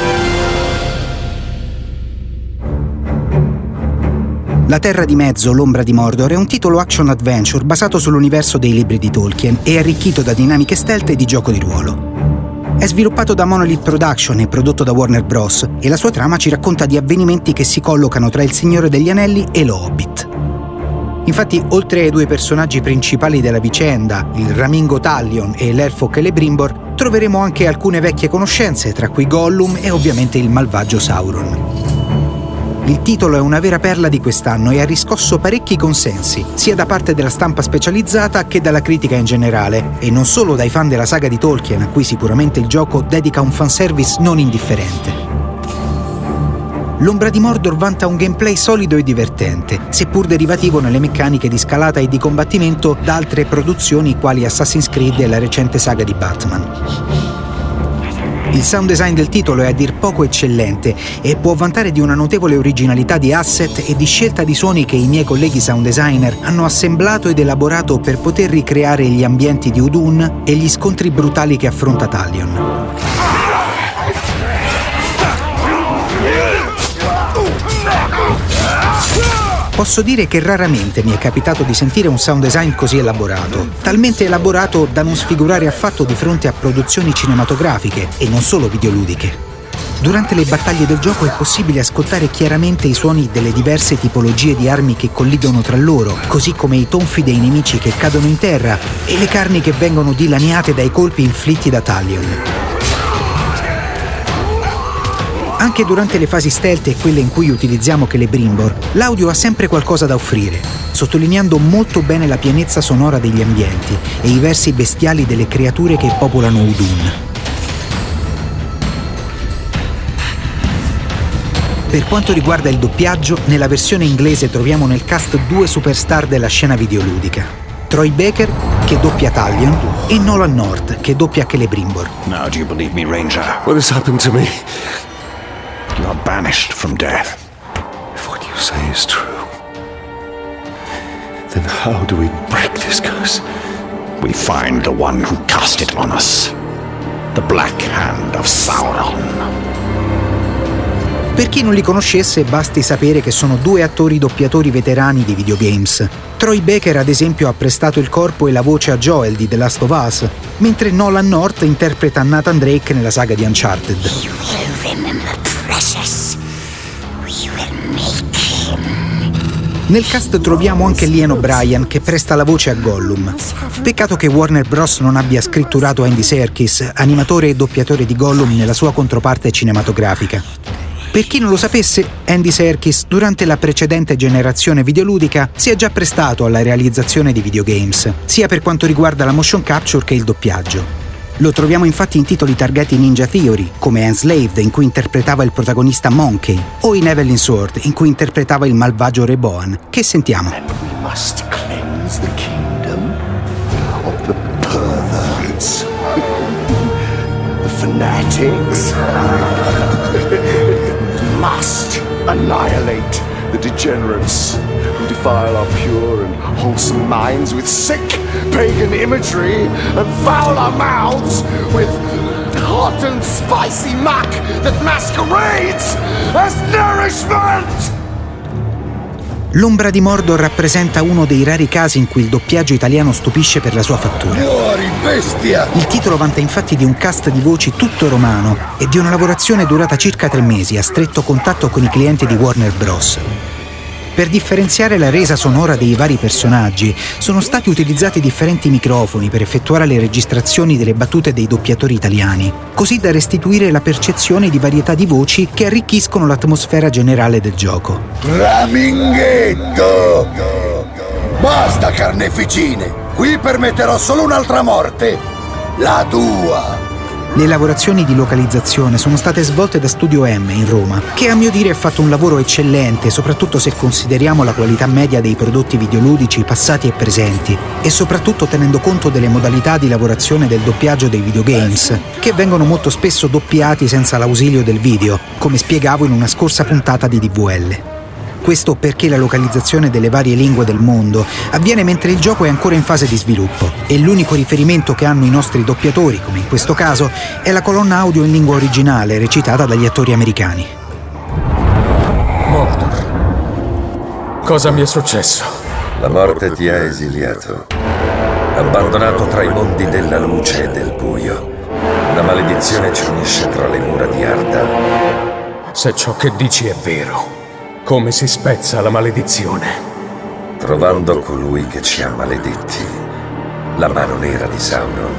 La Terra di Mezzo, l'ombra di Mordor è un titolo action-adventure basato sull'universo dei libri di Tolkien e arricchito da dinamiche stealth e di gioco di ruolo. È sviluppato da Monolith Production e prodotto da Warner Bros. E la sua trama ci racconta di avvenimenti che si collocano tra il Signore degli Anelli e lo Hobbit. Infatti, oltre ai 2 personaggi principali della vicenda, il Ramingo Talion e l'elfo Celebrimbor, troveremo anche alcune vecchie conoscenze, tra cui Gollum e ovviamente il malvagio Sauron. Il titolo è una vera perla di quest'anno e ha riscosso parecchi consensi, sia da parte della stampa specializzata che dalla critica in generale, e non solo dai fan della saga di Tolkien, a cui sicuramente il gioco dedica un fanservice non indifferente. L'ombra di Mordor vanta un gameplay solido e divertente, seppur derivativo nelle meccaniche di scalata e di combattimento da altre produzioni quali Assassin's Creed e la recente saga di Batman. Il sound design del titolo è a dir poco eccellente e può vantare di una notevole originalità di asset e di scelta di suoni che i miei colleghi sound designer hanno assemblato ed elaborato per poter ricreare gli ambienti di Udun e gli scontri brutali che affronta Talion. Posso dire che raramente mi è capitato di sentire un sound design così elaborato, talmente elaborato da non sfigurare affatto di fronte a produzioni cinematografiche e non solo videoludiche. Durante le battaglie del gioco è possibile ascoltare chiaramente i suoni delle diverse tipologie di armi che collidono tra loro, così come i tonfi dei nemici che cadono in terra e le carni che vengono dilaniate dai colpi inflitti da Talion. Anche durante le fasi stealth e quelle in cui utilizziamo Celebrimbor, l'audio ha sempre qualcosa da offrire, sottolineando molto bene la pienezza sonora degli ambienti e i versi bestiali delle creature che popolano Udun. Per quanto riguarda il doppiaggio, nella versione inglese troviamo nel cast 2 superstar della scena videoludica: Troy Baker, che doppia Talion, e Nolan North, che doppia Celebrimbor. Now do you believe me, Ranger? What has happened to me? You are banished from death. If what you say is true, then how do we break this curse? We find the one who cast it on us. The Black Hand of Sauron. Per chi non li conoscesse, basti sapere che sono due attori doppiatori veterani di videogames. Troy Baker, ad esempio, ha prestato il corpo e la voce a Joel di The Last of Us, mentre Nolan North interpreta Nathan Drake nella saga di Uncharted. You will remember Precious. We will make him. Nel cast troviamo anche Liam O'Brien, che presta la voce a Gollum. Peccato che Warner Bros. Non abbia scritturato Andy Serkis, animatore e doppiatore di Gollum, nella sua controparte cinematografica. Per chi non lo sapesse, Andy Serkis, durante la precedente generazione videoludica, si è già prestato alla realizzazione di videogames, sia per quanto riguarda la motion capture che il doppiaggio. Lo troviamo infatti in titoli targati Ninja Theory, come Enslaved, in cui interpretava il protagonista Monkey, o in Evelyn Sword, in cui interpretava il malvagio Rehoboam, che sentiamo. And we must cleanse the kingdom of the perverts, the fanatics. Must annihilate the degenerates who defile our pure and wholesome minds with sick pagan imagery and foul our mouths with hot and spicy muck that masquerades as nourishment! L'Ombra di Mordor rappresenta uno dei rari casi in cui il doppiaggio italiano stupisce per la sua fattura. Fuori, bestia! Il titolo vanta infatti di un cast di voci tutto romano e di una lavorazione durata circa 3 mesi a stretto contatto con i clienti di Warner Bros. Per differenziare la resa sonora dei vari personaggi, sono stati utilizzati differenti microfoni per effettuare le registrazioni delle battute dei doppiatori italiani, così da restituire la percezione di varietà di voci che arricchiscono l'atmosfera generale del gioco. Raminghetto! Basta carneficine! Qui permetterò solo un'altra morte! La tua! Le lavorazioni di localizzazione sono state svolte da Studio M in Roma, che a mio dire ha fatto un lavoro eccellente, soprattutto se consideriamo la qualità media dei prodotti videoludici passati e presenti, e soprattutto tenendo conto delle modalità di lavorazione del doppiaggio dei videogames, che vengono molto spesso doppiati senza l'ausilio del video, come spiegavo in una scorsa puntata di DVL. Questo perché la localizzazione delle varie lingue del mondo avviene mentre il gioco è ancora in fase di sviluppo e l'unico riferimento che hanno i nostri doppiatori, come in questo caso, è la colonna audio in lingua originale recitata dagli attori americani. Mordor. Cosa mi è successo? La morte ti ha esiliato, abbandonato tra i mondi della luce e del buio. Una maledizione ci unisce tra le mura di Arda. Se ciò che dici è vero, come si spezza la maledizione? Trovando colui che ci ha maledetti, la mano nera di Sauron.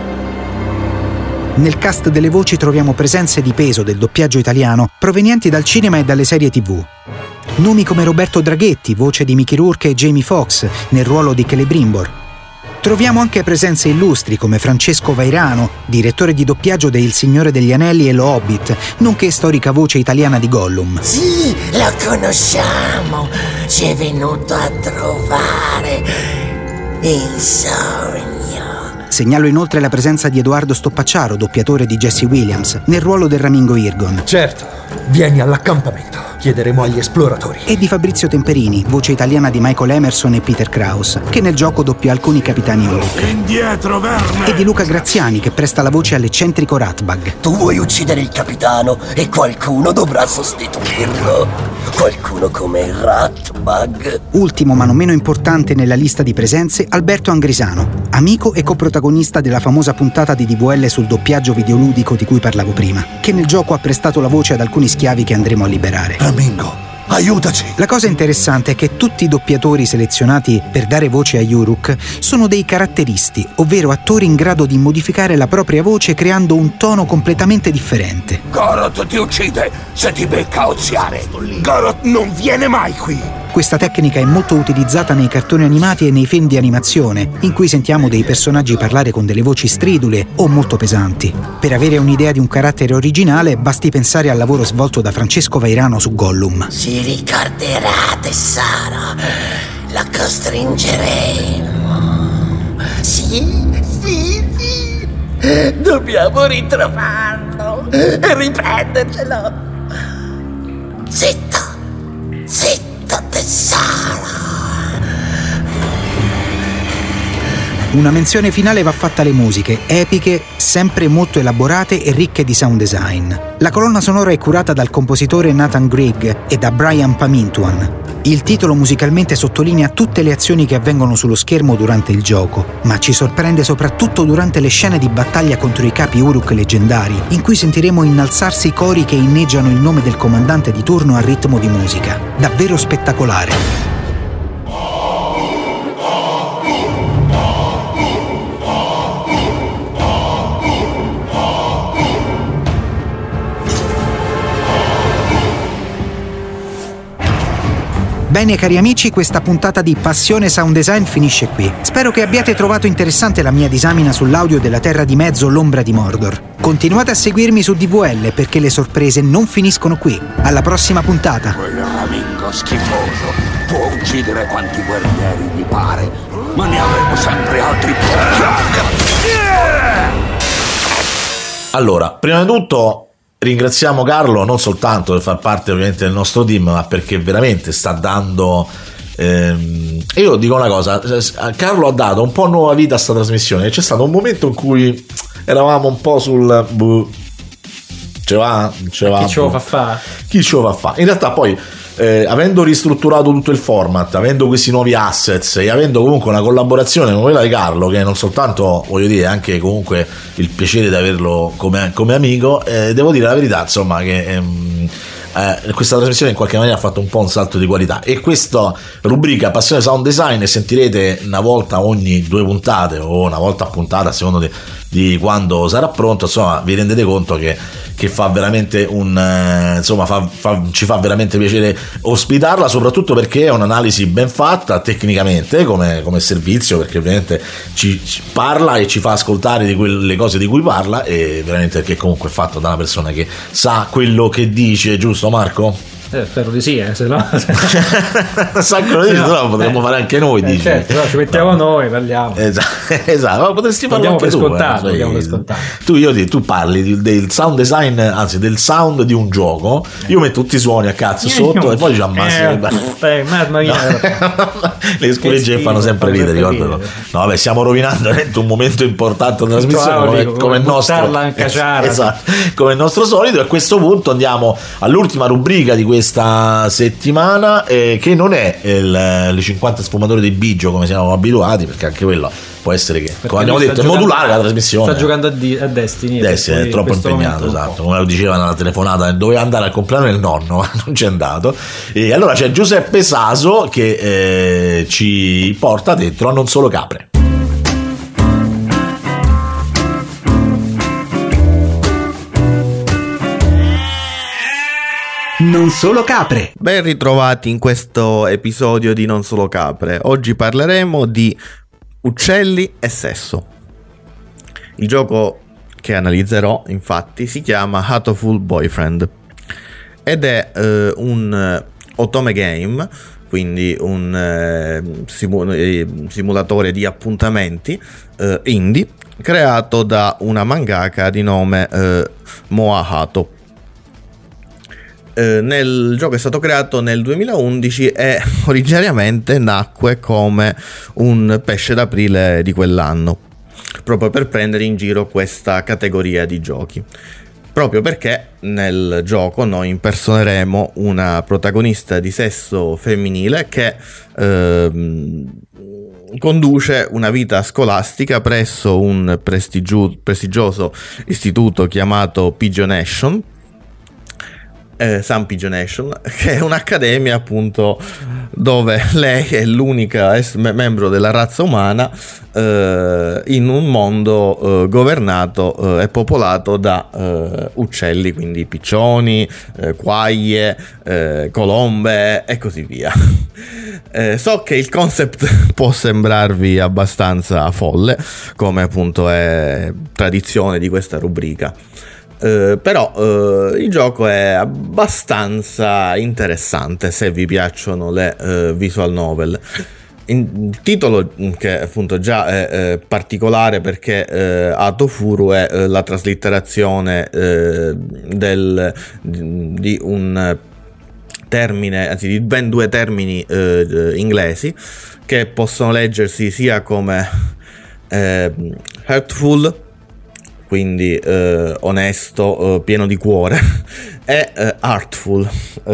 Nel cast delle voci troviamo presenze di peso del doppiaggio italiano provenienti dal cinema e dalle serie TV. Nomi come Roberto Draghetti, voce di Mickey Rourke, e Jamie Foxx nel ruolo di Celebrimbor. Troviamo anche presenze illustri come Francesco Vairano, direttore di doppiaggio de Il Signore degli Anelli e Lo Hobbit, nonché storica voce italiana di Gollum. Sì, lo conosciamo. Ci è venuto a trovare in sogno. Segnalo inoltre la presenza di Edoardo Stoppacciaro, doppiatore di Jesse Williams, nel ruolo del Ramingo Irgon. Certo, vieni all'accampamento. Chiederemo agli esploratori. E di Fabrizio Temperini, voce italiana di Michael Emerson e Peter Krause, che nel gioco doppia alcuni capitani Uruk. Indietro, verme! E di Luca Graziani, che presta la voce all'eccentrico Ratbag. Tu vuoi uccidere il capitano e qualcuno dovrà sostituirlo. Qualcuno come Ratbag. Ultimo ma non meno importante nella lista di presenze, Alberto Angrisano, amico e coprotagonista della famosa puntata di DVL sul doppiaggio videoludico di cui parlavo prima, che nel gioco ha prestato la voce ad alcuni schiavi che andremo a liberare. Ramingo, aiutaci! La cosa interessante è che tutti i doppiatori selezionati per dare voce a Uruk sono dei caratteristi, ovvero attori in grado di modificare la propria voce creando un tono completamente differente. Goroth ti uccide se ti becca oziare! Goroth non viene mai qui! Questa tecnica è molto utilizzata nei cartoni animati e nei film di animazione, in cui sentiamo dei personaggi parlare con delle voci stridule o molto pesanti. Per avere un'idea di un carattere originale, basti pensare al lavoro svolto da Francesco Vairano su Gollum. Si ricorderà, tesoro. La costringeremo. Sì. Dobbiamo ritrovarlo e riprendercelo. Zitto, tesoro. Una menzione finale va fatta alle musiche, epiche, sempre molto elaborate e ricche di sound design. La colonna sonora è curata dal compositore Nathan Grigg e da Brian Pamintuan. Il titolo musicalmente sottolinea tutte le azioni che avvengono sullo schermo durante il gioco, ma ci sorprende soprattutto durante le scene di battaglia contro i capi Uruk leggendari, in cui sentiremo innalzarsi cori che inneggiano il nome del comandante di turno a ritmo di musica. Davvero spettacolare. Bene cari amici, questa puntata di Passione Sound Design finisce qui. Spero che abbiate trovato interessante la mia disamina sull'audio della Terra di Mezzo, l'ombra di Mordor. Continuate a seguirmi su DVL perché le sorprese non finiscono qui. Alla prossima puntata. Quell'amico schifoso può uccidere quanti guerrieri gli pare, ma ne avremo sempre altri. Allora, prima di tutto ringraziamo Carlo non soltanto per far parte ovviamente del nostro team, ma perché veramente sta dando io dico una cosa, Carlo ha dato un po' nuova vita a sta trasmissione. C'è stato un momento in cui eravamo un po' sul chi ce lo fa fare. In realtà poi avendo ristrutturato tutto il format, avendo questi nuovi assets e avendo comunque una collaborazione come quella di Carlo, che non soltanto, voglio dire, anche comunque il piacere di averlo come amico, devo dire la verità, insomma, che questa trasmissione in qualche maniera ha fatto un po' un salto di qualità. E questa rubrica Passione Sound Design sentirete una volta ogni 2 puntate o una volta a puntata a seconda di quando sarà pronto. Insomma, vi rendete conto che fa veramente ci fa veramente piacere ospitarla, soprattutto perché è un'analisi ben fatta tecnicamente come servizio, perché ovviamente ci parla e ci fa ascoltare di quelle cose di cui parla, e veramente perché comunque è fatto da una persona che sa quello che dice, giusto Marco? Spero di sì, se no potremmo fare anche noi, dici. Certo, no, ci mettiamo noi, parliamo. Esatto, ma potresti farlo anche tu. Tu parli del sound design, anzi del sound di un gioco, io metto tutti i suoni a cazzo sotto e poi ci ammazzi le scuregge fanno sempre ridere, ricordalo. No, vabbè, stiamo rovinando un momento importante della trasmissione come il nostro, come il nostro solito. E a questo punto andiamo all'ultima rubrica di questa settimana, che non è le 50 sfumatori di Biggio come siamo abituati, perché anche quello può essere che, come abbiamo detto, è modulare la trasmissione. Sta giocando a Destiny è troppo impegnato, esatto, come lo diceva nella telefonata, doveva andare al compleanno del nonno ma non c'è andato. E allora c'è Giuseppe Saso che ci porta dentro a Non Solo Capre. Non Solo Capre. Ben ritrovati in questo episodio di Non Solo Capre. Oggi parleremo di uccelli e sesso. Il gioco che analizzerò infatti si chiama Hatoful Boyfriend ed è un otome game, quindi un simulatore di appuntamenti indie creato da una mangaka di nome Moa Hato. Il gioco è stato creato nel 2011 e originariamente nacque come un pesce d'aprile di quell'anno, proprio per prendere in giro questa categoria di giochi. Proprio perché nel gioco noi impersoneremo una protagonista di sesso femminile che conduce una vita scolastica presso un prestigioso istituto chiamato Pigeonation, Sun Pigeonation, che è un'accademia appunto dove lei è l'unica membro della razza umana in un mondo governato e popolato da uccelli, quindi piccioni, quaglie, colombe e così via. So che il concept può sembrarvi abbastanza folle, come appunto è tradizione di questa rubrica. Però il gioco è abbastanza interessante se vi piacciono le visual novel. Il titolo, che appunto già è particolare perché Hatofuru è la traslitterazione di un termine, anzi di ben 2 termini inglesi che possono leggersi sia come Heartful, quindi onesto, pieno di cuore, e artful,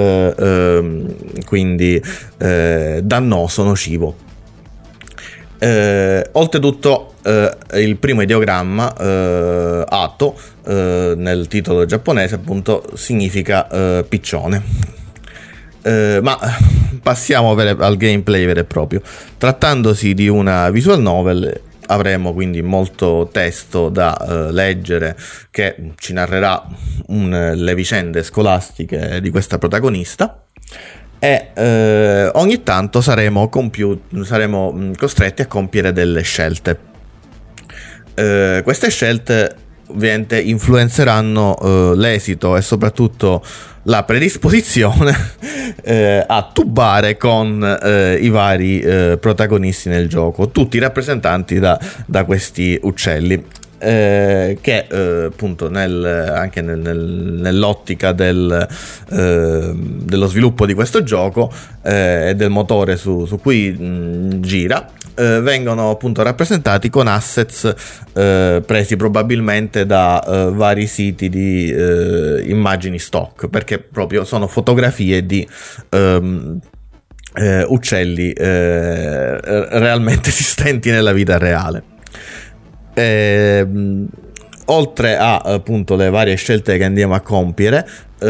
quindi dannoso, nocivo. Oltretutto il primo ideogramma, Ato, nel titolo giapponese appunto significa piccione. Ma passiamo al gameplay vero e proprio. Trattandosi di una visual novel, avremo quindi molto testo da leggere che ci narrerà le vicende scolastiche di questa protagonista, e ogni tanto saremo costretti a compiere delle scelte. Queste scelte ovviamente influenzeranno l'esito e soprattutto la predisposizione a tubare con i vari protagonisti nel gioco, tutti rappresentanti da questi uccelli, che appunto anche nell'ottica dello sviluppo di questo gioco e del motore su cui gira, vengono appunto rappresentati con assets presi probabilmente da vari siti di immagini stock, perché proprio sono fotografie di uccelli realmente esistenti nella vita reale. Oltre a appunto le varie scelte che andiamo a compiere,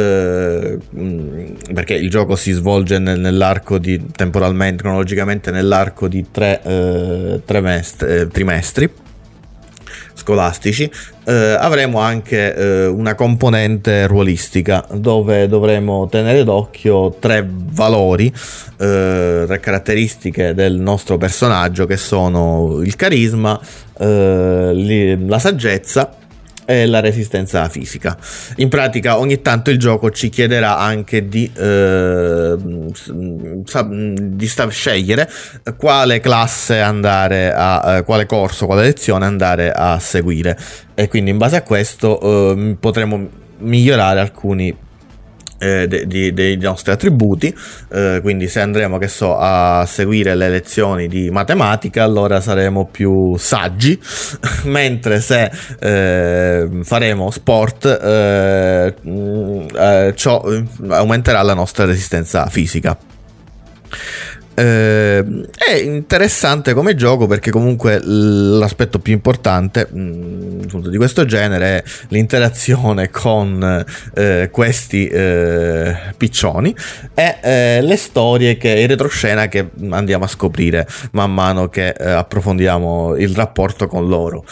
perché il gioco si svolge nell'arco di temporalmente, cronologicamente nell'arco di tre trimestri scolastici, avremo anche una componente ruolistica dove dovremo tenere d'occhio tre valori, tre caratteristiche del nostro personaggio, che sono il carisma, la saggezza e la resistenza fisica. In pratica ogni tanto il gioco ci chiederà anche di scegliere quale classe andare quale corso, quale lezione andare a seguire, e quindi in base a questo potremo migliorare alcuni dei nostri attributi. Quindi se andremo, che so, a seguire le lezioni di matematica, allora saremo più saggi, mentre se faremo sport, ciò aumenterà la nostra resistenza fisica. È interessante come gioco, perché comunque l'aspetto più importante di questo genere è l'interazione con questi piccioni e le storie, il retroscena che andiamo a scoprire man mano che approfondiamo il rapporto con loro.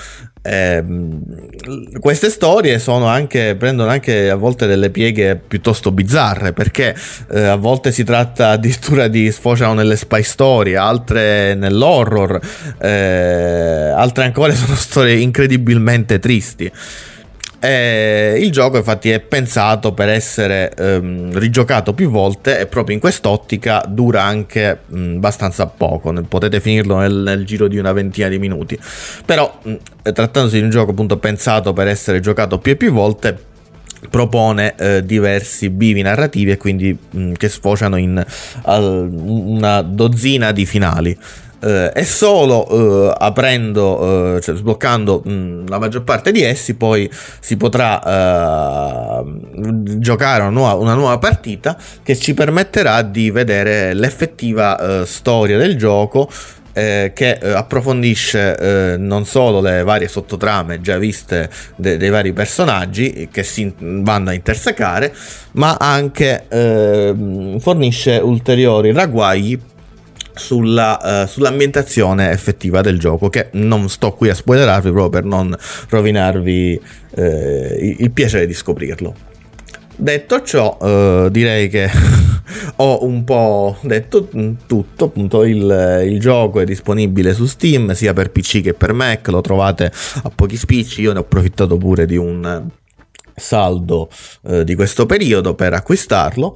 Queste storie prendono anche a volte delle pieghe piuttosto bizzarre, perché a volte si tratta addirittura sfociano nelle spy story, altre nell'horror, altre ancora sono storie incredibilmente tristi. Il gioco infatti è pensato per essere rigiocato più volte, e proprio in quest'ottica dura anche abbastanza poco, potete finirlo nel giro di una ventina di minuti, però trattandosi di un gioco appunto pensato per essere giocato più e più volte, propone diversi bivi narrativi, e quindi che sfociano in una dozzina di finali. E solo cioè sbloccando la maggior parte di essi, poi si potrà giocare una nuova partita che ci permetterà di vedere l'effettiva storia del gioco, che approfondisce non solo le varie sottotrame già viste dei vari personaggi che si vanno a intersecare, ma anche fornisce ulteriori ragguagli sull'ambientazione effettiva del gioco, che non sto qui a spoilerarvi proprio per non rovinarvi il piacere di scoprirlo. Detto ciò, direi che ho un po' detto tutto. Appunto il gioco è disponibile su Steam sia per PC che per Mac, lo trovate a pochi spicci. Io ne ho approfittato pure di un saldo di questo periodo per acquistarlo.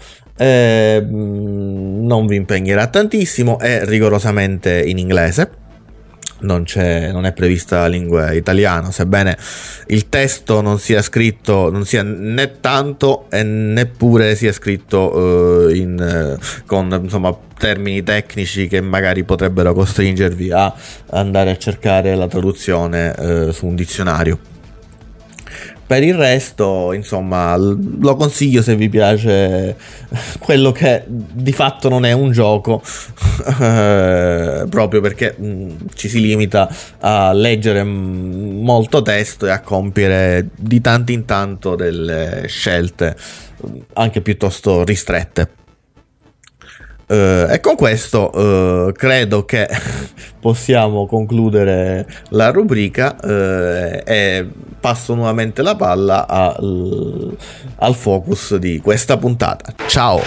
Non vi impegnerà tantissimo, è rigorosamente in inglese, non è prevista la lingua italiana, sebbene il testo non sia scritto, non sia né tanto e neppure sia scritto con insomma termini tecnici che magari potrebbero costringervi a andare a cercare la traduzione su un dizionario. Per il resto, insomma, lo consiglio se vi piace quello che di fatto non è un gioco, proprio perché ci si limita a leggere molto testo e a compiere di tanto in tanto delle scelte anche piuttosto ristrette. E con questo credo che possiamo concludere la rubrica e passo nuovamente la palla al focus di questa puntata. Ciao!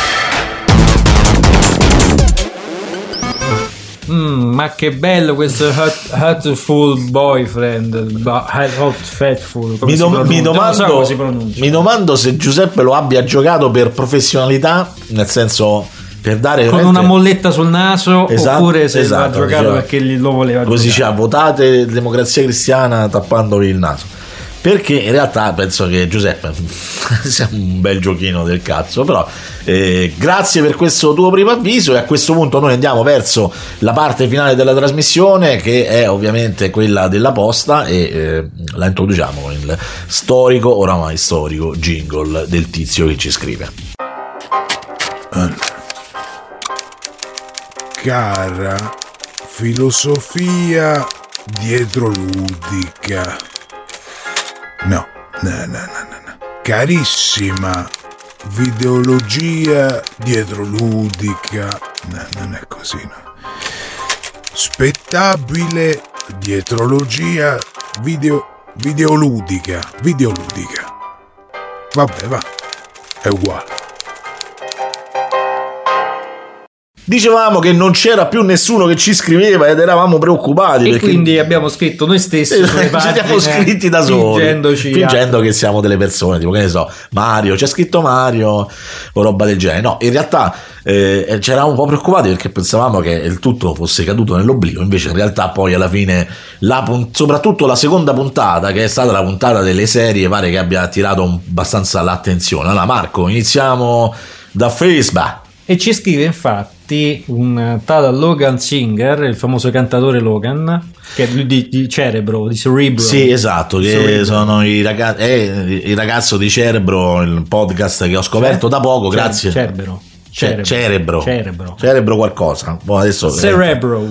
Ma che bello questo Hurtful Boyfriend, Hot Fatful. Mi domando se Giuseppe lo abbia giocato per professionalità, nel senso per dare con una molletta sul naso, oppure se l'ha giocato perché lo voleva così giocare. Votate Democrazia Cristiana tappandovi il naso, perché in realtà penso che Giuseppe sia un bel giochino del cazzo. Però grazie per questo tuo primo avviso, e a questo punto noi andiamo verso la parte finale della trasmissione, che è ovviamente quella della posta, e la introduciamo con il oramai storico jingle del tizio che ci scrive. Cara filosofia dietroludica. No. Carissima videologia dietroludica. No, non è così, no. Spettabile dietrologia videoludica. Vabbè, va. È uguale. Dicevamo che non c'era più nessuno che ci scriveva ed eravamo preoccupati, e perché quindi abbiamo scritto noi stessi sulle ci siamo scritti da soli, fingendo che siamo delle persone, tipo, che ne so, Mario, c'è scritto Mario o roba del genere. No, in realtà c'eravamo un po' preoccupati perché pensavamo che il tutto fosse caduto nell'oblio, invece in realtà poi alla fine soprattutto la seconda puntata, che è stata la puntata delle serie, pare che abbia attirato abbastanza l'attenzione. Allora Marco, iniziamo da Facebook. E ci scrive infatti un tale Logan Singer, il famoso cantatore Logan, che è di Cerebro, di Cerebro. Sì, esatto, che Cerebro. Sono il ragazzo di Cerebro, il podcast che ho scoperto da poco, grazie. Cerebro qualcosa. Adesso Cerebro.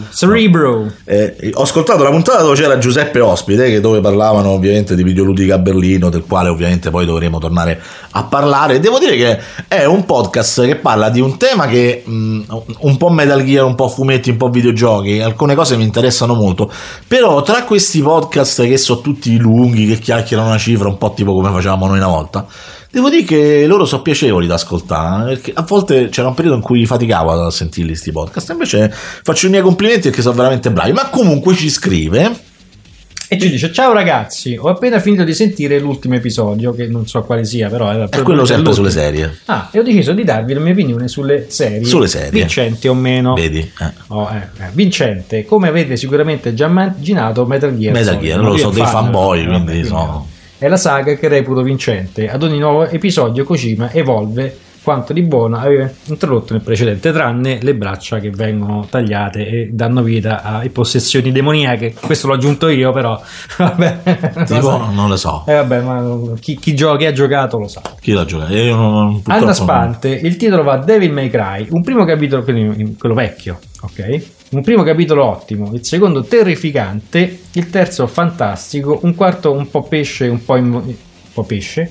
Ho ascoltato la puntata dove c'era Giuseppe ospite, dove parlavano ovviamente di Videoludica a Berlino, del quale ovviamente poi dovremo tornare a parlare. Devo dire che è un podcast che parla di un tema che un po' Metal Gear, un po' fumetti, un po' videogiochi, alcune cose mi interessano molto, però tra questi podcast che sono tutti lunghi, che chiacchierano una cifra un po' tipo come facevamo noi una volta, devo dire che loro sono piacevoli da ascoltare, perché a volte c'era un periodo in cui faticavo a sentirli sti podcast, invece faccio i miei complimenti perché sono veramente bravi. Ma comunque ci scrive e ci dice: ciao ragazzi, ho appena finito di sentire l'ultimo episodio, che non so quale sia, però è quello sempre sulle serie. E ho deciso di darvi la mia opinione sulle serie. Vincente o meno. Vedi? Vincente, come avete sicuramente già immaginato, Metal Gear, lo so, dei fanboy, quindi no. È la saga che reputo vincente. Ad ogni nuovo episodio Kojima evolve quanto di buono aveva introdotto nel precedente, tranne le braccia che vengono tagliate e danno vita a possessioni demoniache. Questo l'ho aggiunto io, però vabbè, non lo so. Vabbè, ma chi ha giocato lo sa. Chi l'ha giocato? Anna Spante, il titolo va Devil May Cry, un primo capitolo, quello vecchio, ok? Un primo capitolo ottimo, il secondo terrificante, il terzo fantastico, un quarto un po' pesce, un po' pesce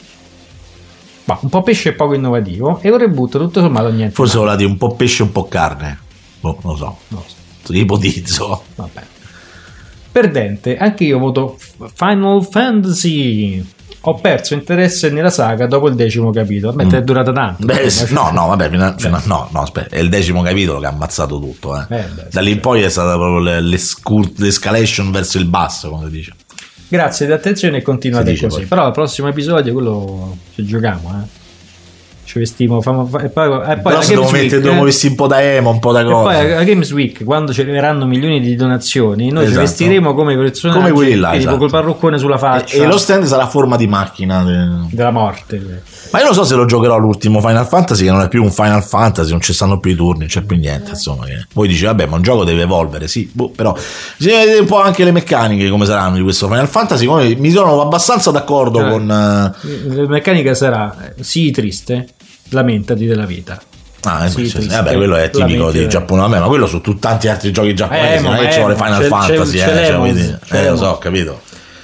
e poco innovativo, e un reboot tutto sommato niente. Forse volati un po' pesce un po' carne, non lo so. Ipotizzo. Vabbè. Perdente, anche io voto Final Fantasy. Ho perso interesse nella saga dopo il 10° capitolo. È durata tanto. Aspetta, è il 10° capitolo che ha ammazzato tutto. Da lì in poi è stata proprio l'escalation verso il basso, come si dice. Grazie dell'attenzione e continuate così. Poi. Però al prossimo episodio quello ci giochiamo. ci vestimmo e poi però se dobbiamo vestire un po' da emo, un po' da cosa. E poi a Games Week, quando ci arriveranno milioni di donazioni, noi ci vestiremo come collezionati, come quelli là, esatto. Col parruccone sulla faccia, e lo stand sarà a forma di macchina della morte. Ma io non so se lo giocherò l'ultimo Final Fantasy, che non è più un Final Fantasy, non ci stanno più i turni, non c'è più niente, insomma. Voi dici vabbè, ma un gioco deve evolvere, sì, però bisogna vedere un po' anche le meccaniche come saranno di questo Final Fantasy. Come mi sono abbastanza d'accordo con la meccanica sarà sii triste, lamentati della vita. Vabbè, quello è tipico di Giappone, vabbè, ma quello su tanti altri giochi giapponesi, non è che ci vuole Final Fantasy, lo so, capito.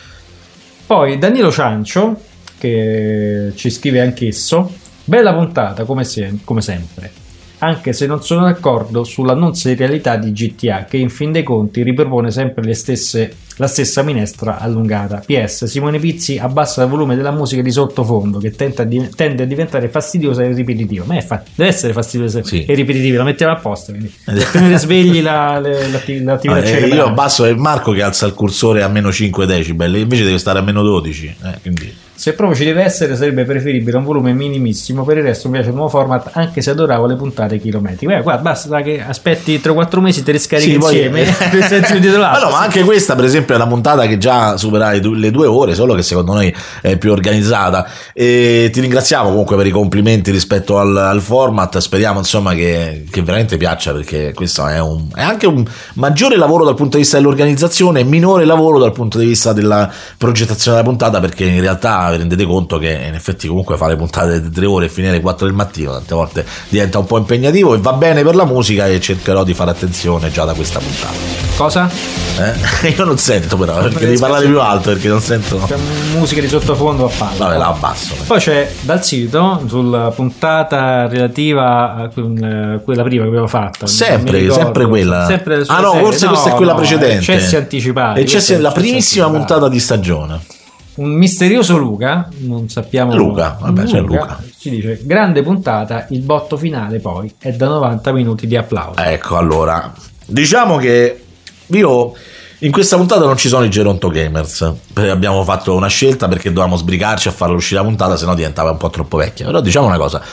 Poi Danilo Ciancio, che ci scrive anch'esso: bella puntata come sempre, anche se non sono d'accordo sulla non serialità di GTA, che in fin dei conti ripropone sempre la stessa minestra allungata. PS, Simone Pizzi abbassa il volume della musica di sottofondo, che tende a diventare fastidiosa e ripetitiva. Ma deve essere fastidiosa e ripetitiva, la mettiamo apposta, quindi per tenere svegli l'attività cerebrale. Io abbasso e Marco che alza il cursore a meno 5 decibel, invece deve stare a meno 12, quindi... Se proprio ci deve essere, sarebbe preferibile un volume minimissimo. Per il resto mi piace il nuovo format, anche se adoravo le puntate chilometriche. Guarda, basta che aspetti 3-4 mesi, te le scarichi insieme. Ma anche questa, per esempio, è una puntata che già supera le 2 ore, solo che secondo noi è più organizzata. E ti ringraziamo comunque per i complimenti rispetto al format. Speriamo insomma che veramente piaccia, perché questo è anche un maggiore lavoro dal punto di vista dell'organizzazione e minore lavoro dal punto di vista della progettazione della puntata, perché in realtà vi rendete conto che in effetti comunque fare puntate di 3 ore e finire alle 4 del mattino tante volte diventa un po' impegnativo, e va bene per la musica, e cercherò di fare attenzione già da questa puntata. Cosa? Io non sento, però, perché devi parlare più alto, perché non sento. C'è musica di sottofondo a palla. Vabbè, la abbasso. Poi c'è dal sito, sulla puntata relativa a quella prima che abbiamo fatto, sempre quella. Sempre forse questa è quella precedente. Eccessi anticipati. La primissima puntata di stagione. Un misterioso Luca, non sappiamo. Luca, vabbè, c'è Luca. Ci dice: grande puntata, il botto finale poi è da 90 minuti di applauso. Ecco, allora, diciamo che io in questa puntata non ci sono i Geronto Gamers, perché abbiamo fatto una scelta, perché dovevamo sbrigarci a farla uscire la puntata, sennò diventava un po' troppo vecchia. Però diciamo una cosa: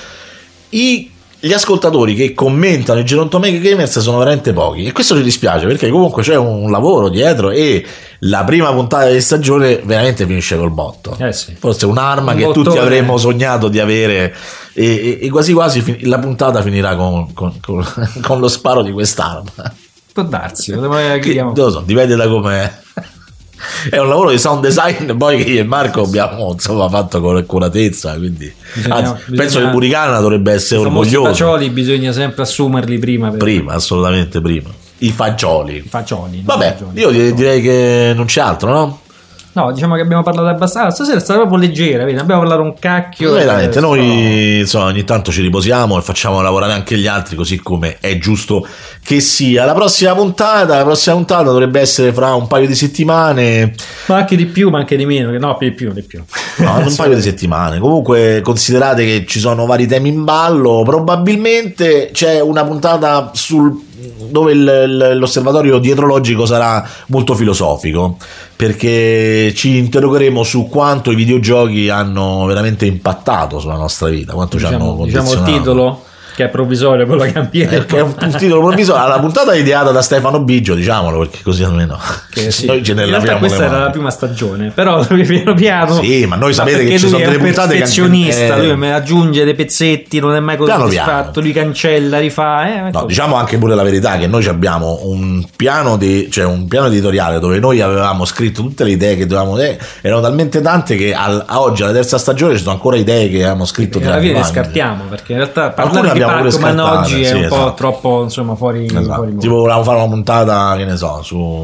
gli ascoltatori che commentano i Geronto Gamers sono veramente pochi, e questo ci dispiace, perché comunque c'è un lavoro dietro, e la prima puntata di stagione veramente finisce col botto. Sì. Forse un'arma che tutti avremmo sognato di avere, e quasi quasi la puntata finirà con lo sparo di quest'arma. Può darsi, non lo so, dipende da com'è. È un lavoro di sound design poi che io e Marco abbiamo fatto con accuratezza, quindi penso che Buricana dovrebbe essere orgoglioso. I fagioli bisogna sempre assumerli prima, assolutamente prima. I fagioli. Vabbè, fagioli. Io direi che non c'è altro, no? No, diciamo che abbiamo parlato abbastanza. Stasera è stata proprio leggera, vedi? Abbiamo parlato un cacchio. Veramente, noi insomma ogni tanto ci riposiamo e facciamo lavorare anche gli altri, così come è giusto che sia. La prossima puntata dovrebbe essere fra un paio di settimane. Ma anche di più, ma anche di meno. No, di più. No, un paio di settimane. Comunque considerate che ci sono vari temi in ballo. Probabilmente c'è una puntata dove l'osservatorio dietrologico sarà molto filosofico, perché ci interrogheremo su quanto i videogiochi hanno veramente impattato sulla nostra vita, quanto ci hanno condizionato. Diciamo il titolo, che è provvisorio, poi lo cambiamo. Che è un titolo provvisorio. La puntata è ideata da Stefano Biggio, diciamolo, perché così almeno noi ce ne laviamo. Questa era la prima stagione, però piano piano. Sì, ma noi sapete che ci sono delle puntate che perfezionista, lui mi aggiunge dei pezzetti, non è mai così soddisfatto, lui cancella, rifà. No, diciamo anche pure la verità, che noi abbiamo un piano editoriale dove noi avevamo scritto tutte le idee che dovevamo, erano talmente tante che a oggi alla terza stagione ci sono ancora idee che abbiamo scritto. Alla fine le scartiamo, perché in realtà parlare di Pac-Man oggi è un po' troppo, insomma, fuori. Tipo volevamo fare una puntata, che ne so,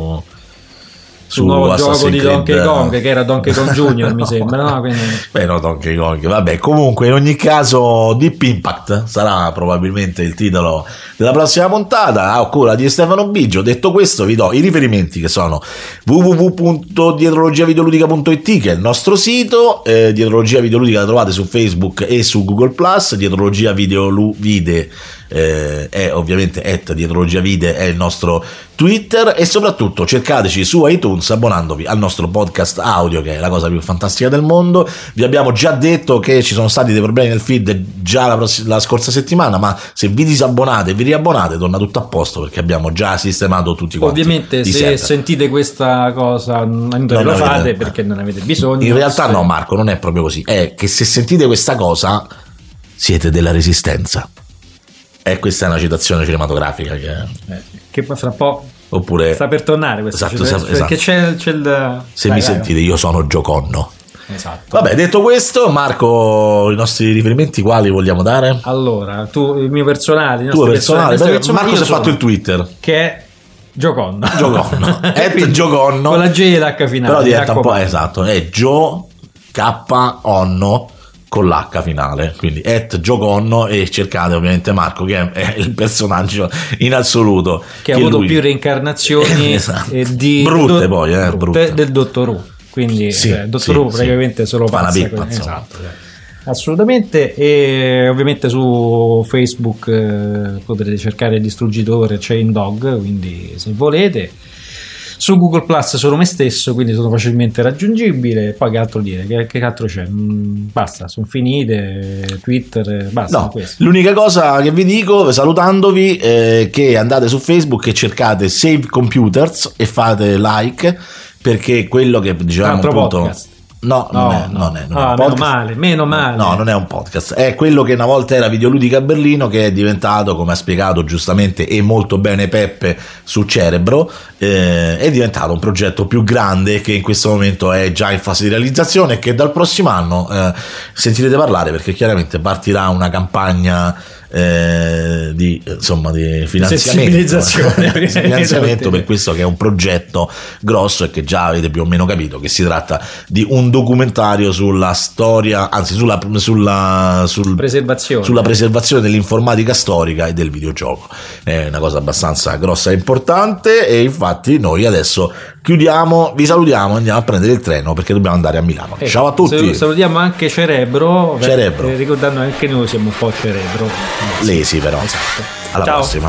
sul nuovo gioco di Donkey Kong, che era Donkey Kong Junior, mi sembra, no? Quindi... no, Donkey Kong, vabbè. Comunque in ogni caso Deep Impact sarà probabilmente il titolo della prossima puntata, a cura di Stefano Biggio. Detto questo, vi do i riferimenti, che sono www.dietrologiavideoludica.it, che è il nostro sito. Dietrologia Videoludica la trovate su Facebook e su Google+, Dietrologia Vide è ovviamente @dietrologiavide è il nostro Twitter, e soprattutto cercateci su iTunes abbonandovi al nostro podcast audio, che è la cosa più fantastica del mondo. Vi abbiamo già detto che ci sono stati dei problemi nel feed già la scorsa settimana, ma se vi disabbonate e vi riabbonate torna tutto a posto, perché abbiamo già sistemato tutti quanti. Ovviamente se sentite questa cosa non lo fate perché non avete bisogno. In realtà no, Marco, non è proprio così, è che se sentite questa cosa siete della Resistenza. E questa è una citazione cinematografica che poi fra un po' oppure sta per tornare questa esatto. Perché c'è il se mi sentite io sono Gioconno. Esatto. Vabbè, detto questo, Marco, i nostri riferimenti quali vogliamo dare? Allora, tu, il mio personale, Marco si è fatto il Twitter, che è Gioconno. Gioconno con la G e l'H finale. Però diventa un po', esatto, è Gio K-Onno con l'H finale, quindi @Gioconno, e cercate ovviamente Marco, che è il personaggio in assoluto che ha avuto più reincarnazioni esatto. di brutte del Dottor Who, quindi Dottor Who praticamente se lo passa esatto. Assolutamente. E ovviamente su Facebook potrete cercare il distruggitore Chain Dog, quindi se volete. Su Google Plus sono me stesso, quindi sono facilmente raggiungibile. Poi che altro dire? Che altro c'è? Basta, sono finite. Twitter, basta. No, l'unica cosa che vi dico, salutandovi, è che andate su Facebook e cercate Save Computers e fate like, perché quello che dicevamo appunto podcast. No, non è un podcast. Meno male. No, non è un podcast. È quello che una volta era Videoludica Berlino, che è diventato, come ha spiegato giustamente e molto bene Peppe su Cerebro, è diventato un progetto più grande che in questo momento è già in fase di realizzazione e che dal prossimo anno sentirete parlare, perché chiaramente partirà una campagna di finanziamento per questo, che è un progetto grosso e che già avete più o meno capito che si tratta di un documentario sulla storia, anzi sulla preservazione dell'informatica storica e del videogioco. È una cosa abbastanza grossa e importante, e infatti noi adesso chiudiamo, vi salutiamo, andiamo a prendere il treno perché dobbiamo andare a Milano. Ciao a tutti. Salutiamo anche Cerebro. Ricordando anche noi siamo un po' Cerebro lesi, però. Esatto. Alla prossima.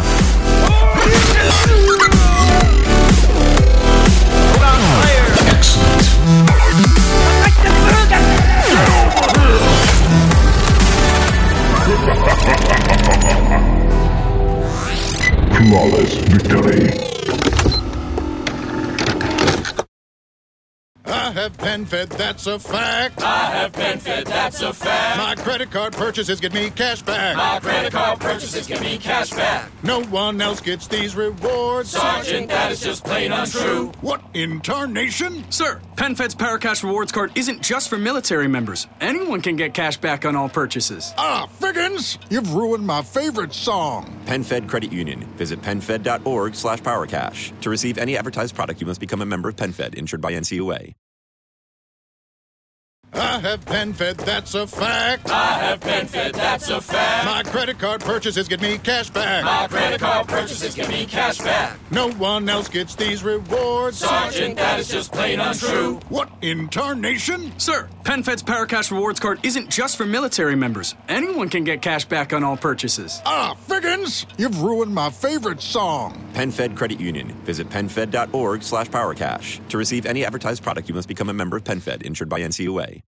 Flawless victory. I have PenFed, that's a fact. I have PenFed, that's a fact. My credit card purchases get me cash back. My credit card purchases get me cash back. No one else gets these rewards. Sergeant, that is just plain untrue. What in tarnation? Sir, PenFed's Paracash Rewards Card isn't just for military members. Anyone can get cash back on all purchases. Ah, Figgins, you've ruined my favorite song. PenFed Credit Union. Visit PenFed.org/PowerCash. To receive any advertised product, you must become a member of PenFed, insured by NCUA. I have PenFed, that's a fact. I have PenFed, that's a fact. My credit card purchases get me cash back. My credit card purchases get me cash back. No one else gets these rewards. Sergeant, that is just plain untrue. What in tarnation? Sir, PenFed's Paracash Rewards Card isn't just for military members. Anyone can get cash back on all purchases. Ah, Figgins, you've ruined my favorite song. PenFed Credit Union. Visit PenFed.org/PowerCash. To receive any advertised product, you must become a member of PenFed, insured by NCUA.